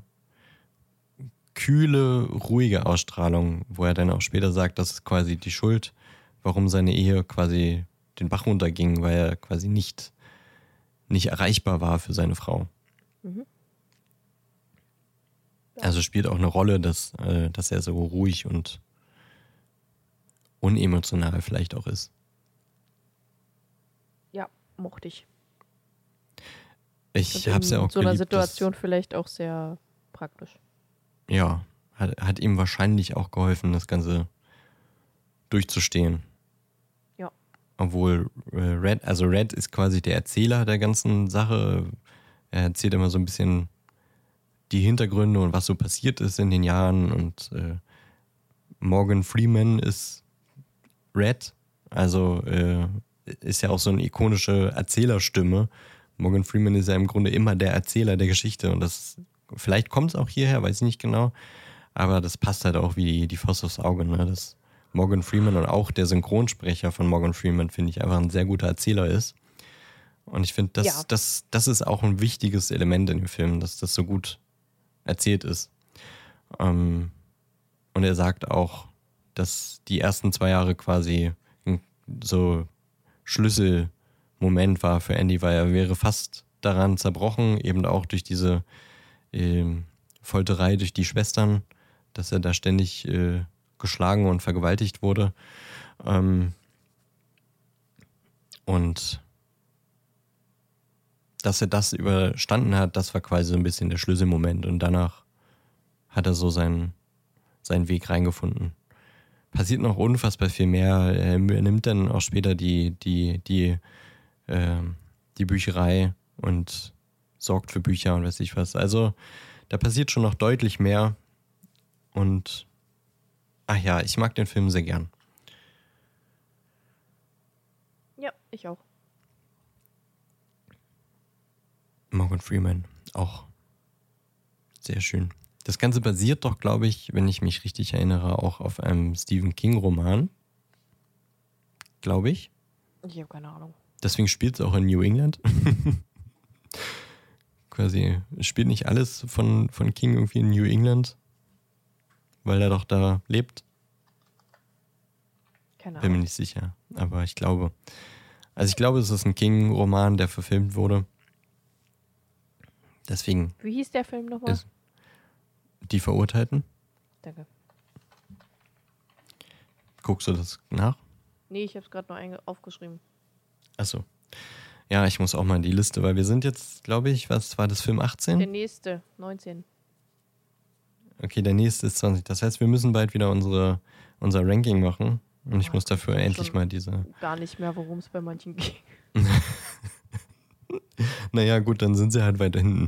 kühle, ruhige Ausstrahlung, wo er dann auch später sagt, das ist quasi die Schuld, warum seine Ehe quasi den Bach runterging, weil er quasi nicht erreichbar war für seine Frau. Mhm. Ja. Also spielt auch eine Rolle, dass er so ruhig und unemotional vielleicht auch ist. Ja, mochte ich. Ich Und habe es ja in auch so einer geliebt, Situation vielleicht auch sehr praktisch. ja, hat ihm wahrscheinlich auch geholfen, das Ganze durchzustehen. Ja. Obwohl Red ist quasi der Erzähler der ganzen Sache. Er erzählt immer so ein bisschen die Hintergründe und was so passiert ist in den Jahren. Und Morgan Freeman ist Red. Also ist ja auch so eine ikonische Erzählerstimme. Morgan Freeman ist ja im Grunde immer der Erzähler der Geschichte. Und das, vielleicht kommt es auch hierher, weiß ich nicht genau. Aber das passt halt auch wie die Faust aufs Auge, ne? Dass Morgan Freeman und auch der Synchronsprecher von Morgan Freeman, finde ich, einfach ein sehr guter Erzähler ist. Und ich finde, das ist auch ein wichtiges Element in dem Film, dass das so gut erzählt ist. Und er sagt auch, dass die ersten 2 Jahre quasi so Schlüsselmoment war für Andy, weil er wäre fast daran zerbrochen, eben auch durch diese Folterei durch die Schwestern, dass er da ständig geschlagen und vergewaltigt wurde. Und dass er das überstanden hat, das war quasi so ein bisschen der Schlüsselmoment. Und danach hat er so seinen Weg reingefunden. Passiert noch unfassbar viel mehr. Er nimmt dann auch später die Bücherei und sorgt für Bücher und weiß ich was. Also da passiert schon noch deutlich mehr. Und ach ja, ich mag den Film sehr gern. Ja, ich auch. Morgan Freeman, auch sehr schön. Das Ganze basiert doch, glaube ich, wenn ich mich richtig erinnere, auch auf einem Stephen King-Roman. Glaube ich. Ich habe keine Ahnung. Deswegen spielt es auch in New England. Quasi, spielt nicht alles von King irgendwie in New England, weil er doch da lebt. Keine Bin mir Ahnung. nicht sicher, aber ich glaube. Also ich glaube, es ist ein King-Roman, der verfilmt wurde. Deswegen Wie hieß der Film nochmal? ist Die Verurteilten. Danke. Guckst du das nach? Nee, ich habe es gerade noch aufgeschrieben. Achso. Ja, ich muss auch mal in die Liste, weil wir sind jetzt, glaube ich, was war das, Film 18? Der nächste, 19. Okay, der nächste ist 20. Das heißt, wir müssen bald wieder unser Ranking machen. Und ich muss dafür endlich mal diese... Gar nicht mehr, worum es bei manchen ging. Naja, gut, dann sind sie halt weiter hinten.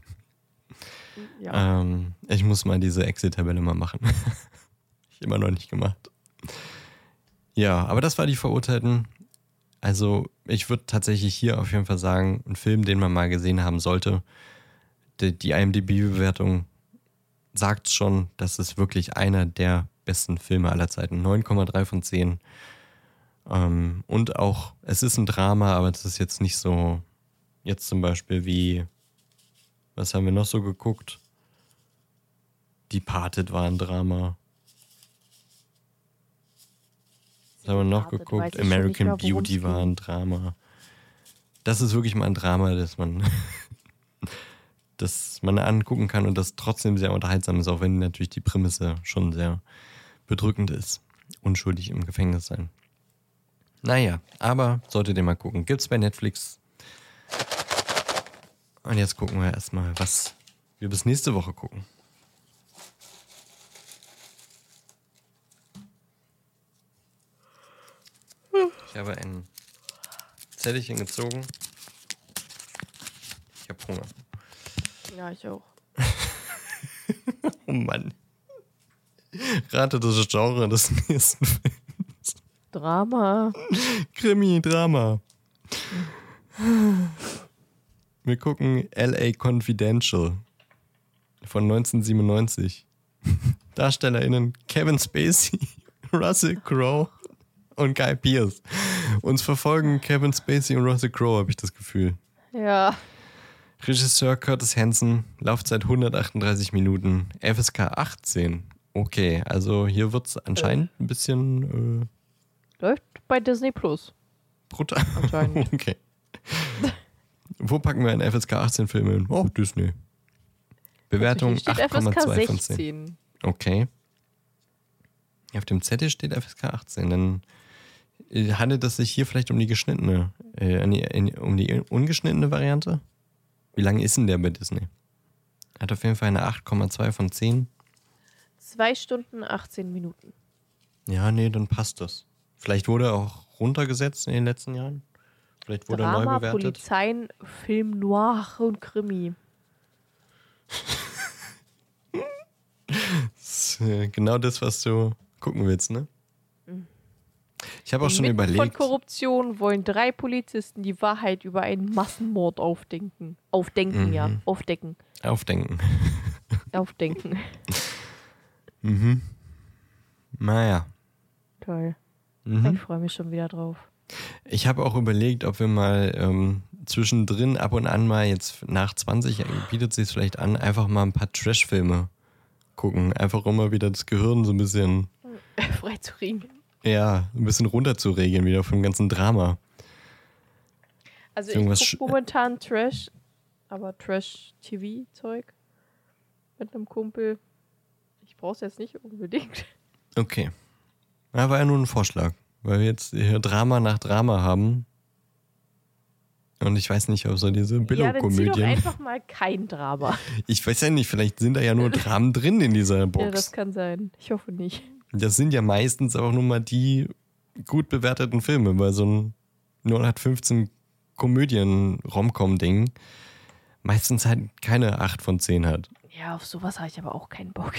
Ja. Ich muss mal diese Excel-Tabelle mal machen. Ich immer noch nicht gemacht. Ja, aber das war die Verurteilten. Also ich würde tatsächlich hier auf jeden Fall sagen, ein Film, den man mal gesehen haben sollte. Die IMDb-Bewertung sagt schon, das ist wirklich einer der besten Filme aller Zeiten. 9,3 von 10. Und auch, es ist ein Drama, aber es ist jetzt nicht so, jetzt zum Beispiel wie, was haben wir noch so geguckt? Departed war ein Drama. Was haben wir noch geguckt? American Beauty war ein Drama. Das ist wirklich mal ein Drama, das man angucken kann und das trotzdem sehr unterhaltsam ist, auch wenn natürlich die Prämisse schon sehr bedrückend ist. Unschuldig im Gefängnis sein. Naja, aber solltet ihr mal gucken. Gibt's bei Netflix. Und jetzt gucken wir erstmal, was wir bis nächste Woche gucken. Ich habe ein Zettelchen gezogen. Ich habe Hunger. Ja, ich auch. Oh Mann. Rate das Genre des nächsten Films. Drama. Krimi, Drama. Wir gucken L.A. Confidential von 1997. DarstellerInnen Kevin Spacey, Russell Crowe und Guy Pearce. Uns verfolgen Kevin Spacey und Russell Crowe, habe ich das Gefühl. Ja. Regisseur Curtis Hanson, Laufzeit 138 Minuten, FSK 18. Okay, also hier wird es anscheinend ein bisschen Läuft bei Disney Plus. brutal. Anscheinend. Okay. Wo packen wir einen FSK 18 Film hin? Oh, Disney. Bewertung Steht FSK 8,2 von 10. 16. Okay. Auf dem Zettel steht FSK 18. Dann handelt es sich hier vielleicht um die geschnittene, um die ungeschnittene Variante? Wie lang ist denn der bei Disney? Hat auf jeden Fall eine 8,2 von 10. 2 Stunden, 18 Minuten. Ja, nee, dann passt das. Vielleicht wurde er auch runtergesetzt in den letzten Jahren. Vielleicht wurde er neu Drama, bewertet. Polizeien, Film Noir und Krimi. Das ist genau das, was du gucken willst, ne? Ich habe auch schon Inmitten überlegt. von Korruption wollen 3 Polizisten die Wahrheit über einen Massenmord aufdecken. Aufdenken. Aufdenken. Naja. Toll. Mhm. Ich freue mich schon wieder drauf. Ich habe auch überlegt, ob wir mal zwischendrin ab und an mal jetzt nach 20 bietet sich vielleicht an, einfach mal ein paar Trash-Filme gucken. Einfach um mal wieder das Gehirn so ein bisschen, Frei zu riechen. ja, ein bisschen runterzuregeln wieder vom ganzen Drama. Also Irgendwas ich gucke momentan Trash, aber Trash-TV-Zeug mit einem Kumpel. Ich brauche es jetzt nicht unbedingt. Okay. Ja, war ja nur ein Vorschlag, weil wir jetzt hier Drama nach Drama haben. Und ich weiß nicht, ob so diese Ja, dann zieh doch Billo-Komödien. einfach mal kein Drama. Ich weiß ja nicht, vielleicht sind da ja nur Dramen drin in dieser Box. Ja, das kann sein. Ich hoffe nicht. Das sind ja meistens auch nur mal die gut bewerteten Filme, weil so ein 0815 Komödien-Romcom-Ding meistens halt keine 8 von 10 hat. Ja, auf sowas habe ich aber auch keinen Bock.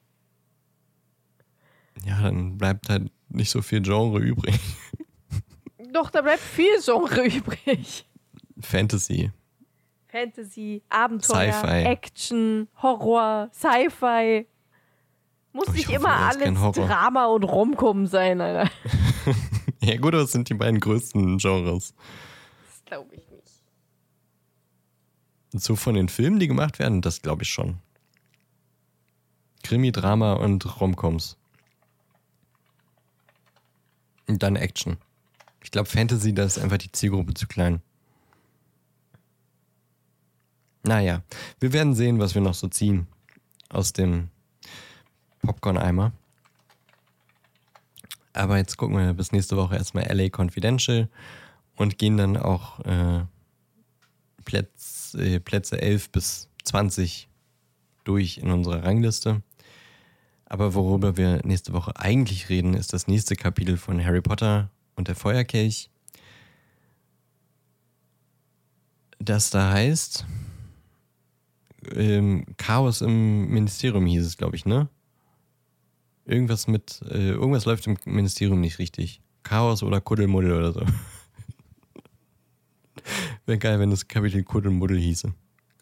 Ja, dann bleibt halt nicht so viel Genre übrig. Doch, da bleibt viel Genre übrig. Fantasy. Fantasy, Abenteuer, Sci-Fi. Action, Horror, Sci-Fi. Muss Aber ich nicht hoffe, immer da ist kein alles Horror. Drama und Romcom sein, Alter. Ja gut, aber das sind die beiden größten Genres. Das glaube ich nicht. So von den Filmen, die gemacht werden, das glaube ich schon. Krimi, Drama und Romcoms. Und dann Action. Ich glaube, Fantasy, da ist einfach die Zielgruppe zu klein. Naja, wir werden sehen, was wir noch so ziehen aus dem Popcorn-Eimer. Aber jetzt gucken wir bis nächste Woche erstmal LA Confidential und gehen dann auch Plätze 11 bis 20 durch in unserer Rangliste. Aber worüber wir nächste Woche eigentlich reden, ist das nächste Kapitel von Harry Potter und der Feuerkelch. Das da heißt Chaos im Ministerium hieß es, glaube ich, ne? Irgendwas läuft im Ministerium nicht richtig. Chaos oder Kuddelmuddel oder so. Wäre geil, wenn das Kapitel Kuddelmuddel hieße.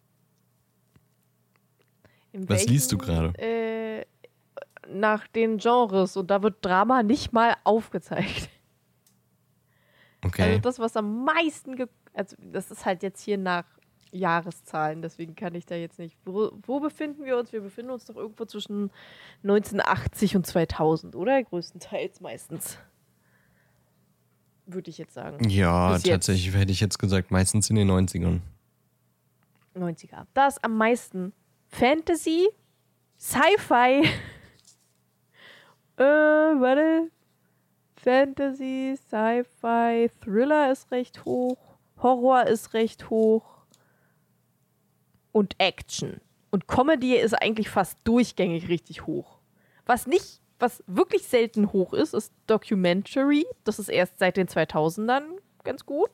Was liest du gerade? Nach den Genres, und da wird Drama nicht mal aufgezeigt. Okay. Also das, was am meisten, also das ist halt jetzt hier nach Jahreszahlen, deswegen kann ich da jetzt nicht. Wo befinden wir uns? Wir befinden uns doch irgendwo zwischen 1980 und 2000, oder? Größtenteils meistens. Würde ich jetzt sagen. Ja, tatsächlich hätte ich jetzt gesagt, meistens in den 90ern. 90er. Da ist am meisten Fantasy, Sci-Fi, warte. Fantasy, Sci-Fi, Thriller ist recht hoch, Horror ist recht hoch und Action. Und Comedy ist eigentlich fast durchgängig richtig hoch. Was wirklich selten hoch ist, ist Documentary. Das ist erst seit den 2000ern ganz gut.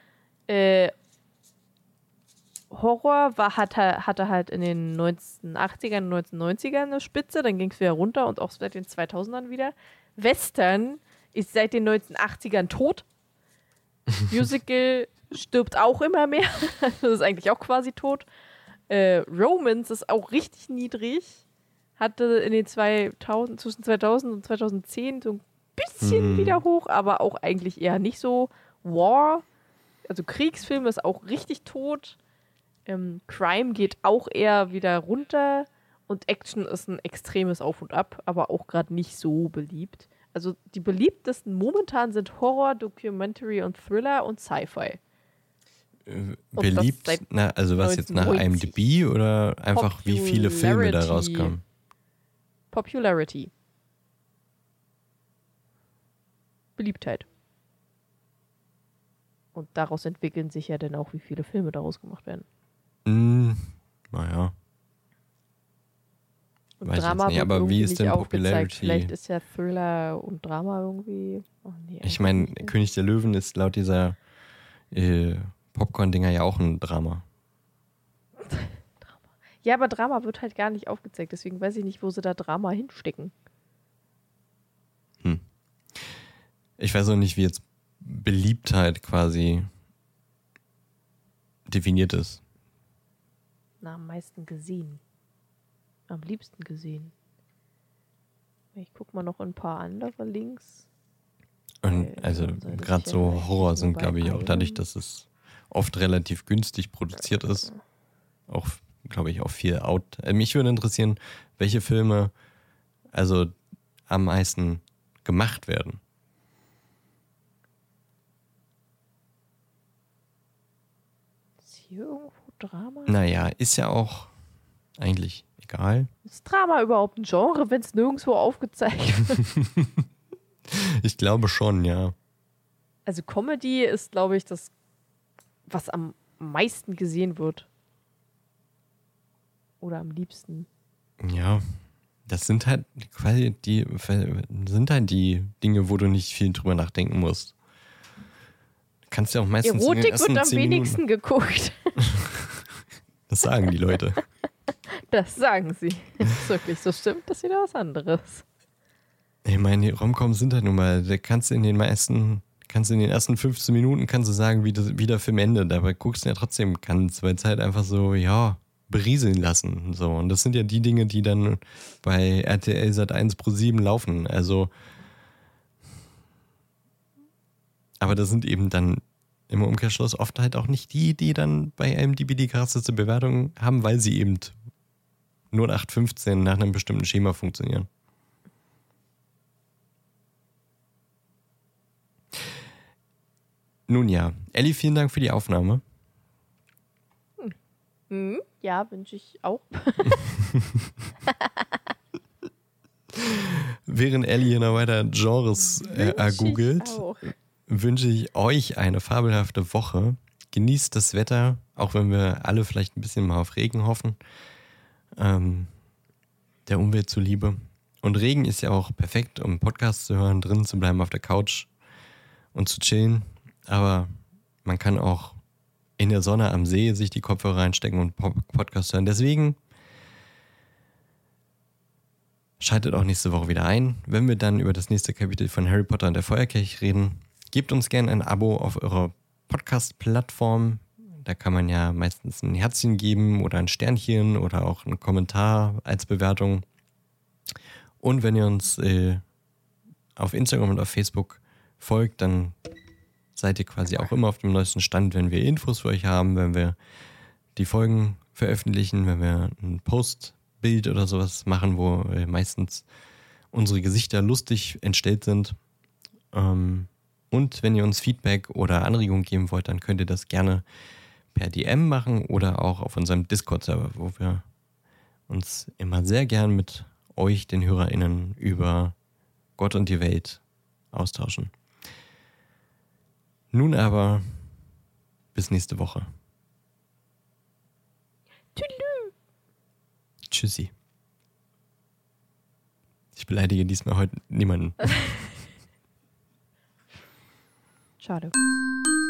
Horror hatte halt in den 1980ern, 1990ern eine Spitze, dann ging es wieder runter und auch seit den 2000ern wieder. Western ist seit den 1980ern tot. Musical stirbt auch immer mehr. Das ist eigentlich auch quasi tot. Romance ist auch richtig niedrig. Hatte in den zwischen 2000 und 2010 so ein bisschen wieder hoch, aber auch eigentlich eher nicht so. War, also Kriegsfilm, ist auch richtig tot. Crime geht auch eher wieder runter. Und Action ist ein extremes Auf und Ab, aber auch gerade nicht so beliebt. Also die beliebtesten momentan sind Horror, Documentary und Thriller und Sci-Fi. Beliebt? Also was jetzt nach IMDb oder einfach wie viele Filme da rauskamen? Popularity. Beliebtheit. Und daraus entwickeln sich ja dann auch, wie viele Filme daraus gemacht werden. Naja. Und weiß Drama jetzt nicht, aber wie ist denn Popularity? Vielleicht ist ja Thriller und Drama irgendwie. Oh, nee, ich meine, König der Löwen ist laut dieser Popcorn-Dinger ja auch ein Drama. Ja, aber Drama wird halt gar nicht aufgezeigt, deswegen weiß ich nicht, wo sie da Drama hinstecken. Ich weiß auch nicht, wie jetzt Beliebtheit quasi definiert ist. Na, am meisten gesehen. Am liebsten gesehen. Ich guck mal noch ein paar andere Links. Und also gerade so Horror sind, glaube ich, auch dadurch, dass es oft relativ günstig produziert ist, auch, glaube ich, auch viel out. Mich würde interessieren, welche Filme also am meisten gemacht werden. Ist hier irgendwo Drama? Naja, ist ja auch eigentlich egal. Ist Drama überhaupt ein Genre, wenn es nirgendwo aufgezeigt wird? Ich glaube schon, ja. Also Comedy ist, glaube ich, das, was am meisten gesehen wird. Oder am liebsten. Ja, das sind halt quasi die Dinge, wo du nicht viel drüber nachdenken musst. Du kannst ja auch meistens Erotik in den ersten wird am 10 wenigsten Minuten geguckt. Das sagen die Leute. Das sagen sie. Ist wirklich so, stimmt das wieder was anderes. Ich meine, die Romcoms sind halt nun mal, da kannst du in den ersten 15 Minuten kannst du sagen, wie der Film endet, aber guckst du ja trotzdem ganz, weil es halt einfach so, ja, berieseln lassen. So. Und das sind ja die Dinge, die dann bei RTL Sat.1 Pro7 laufen. Also, aber das sind eben dann im Umkehrschluss oft halt auch nicht die dann bei IMDb die krasseste Bewertung haben, weil sie eben 0815 nach einem bestimmten Schema funktionieren. Nun ja, Elli, vielen Dank für die Aufnahme. Ja, wünsche ich auch. Während Elli hier noch weiter Genres googelt, wünsche ich euch eine fabelhafte Woche. Genießt das Wetter, auch wenn wir alle vielleicht ein bisschen mal auf Regen hoffen. Der Umwelt zuliebe. Und Regen ist ja auch perfekt, um Podcasts zu hören, drin zu bleiben auf der Couch und zu chillen. Aber man kann auch in der Sonne am See sich die Kopfhörer reinstecken und Podcast hören. Deswegen schaltet auch nächste Woche wieder ein, wenn wir dann über das nächste Kapitel von Harry Potter und der Feuerkelch reden. Gebt uns gerne ein Abo auf eurer Podcast-Plattform. Da kann man ja meistens ein Herzchen geben oder ein Sternchen oder auch einen Kommentar als Bewertung. Und wenn ihr uns auf Instagram und auf Facebook folgt, dann seid ihr quasi auch immer auf dem neuesten Stand, wenn wir Infos für euch haben, wenn wir die Folgen veröffentlichen, wenn wir ein Postbild oder sowas machen, wo meistens unsere Gesichter lustig entstellt sind. Und wenn ihr uns Feedback oder Anregungen geben wollt, dann könnt ihr das gerne per DM machen oder auch auf unserem Discord-Server, wo wir uns immer sehr gern mit euch, den HörerInnen, über Gott und die Welt austauschen. Nun aber bis nächste Woche. Tüdelü. Tschüssi. Ich beleidige diesmal heute niemanden. Schade.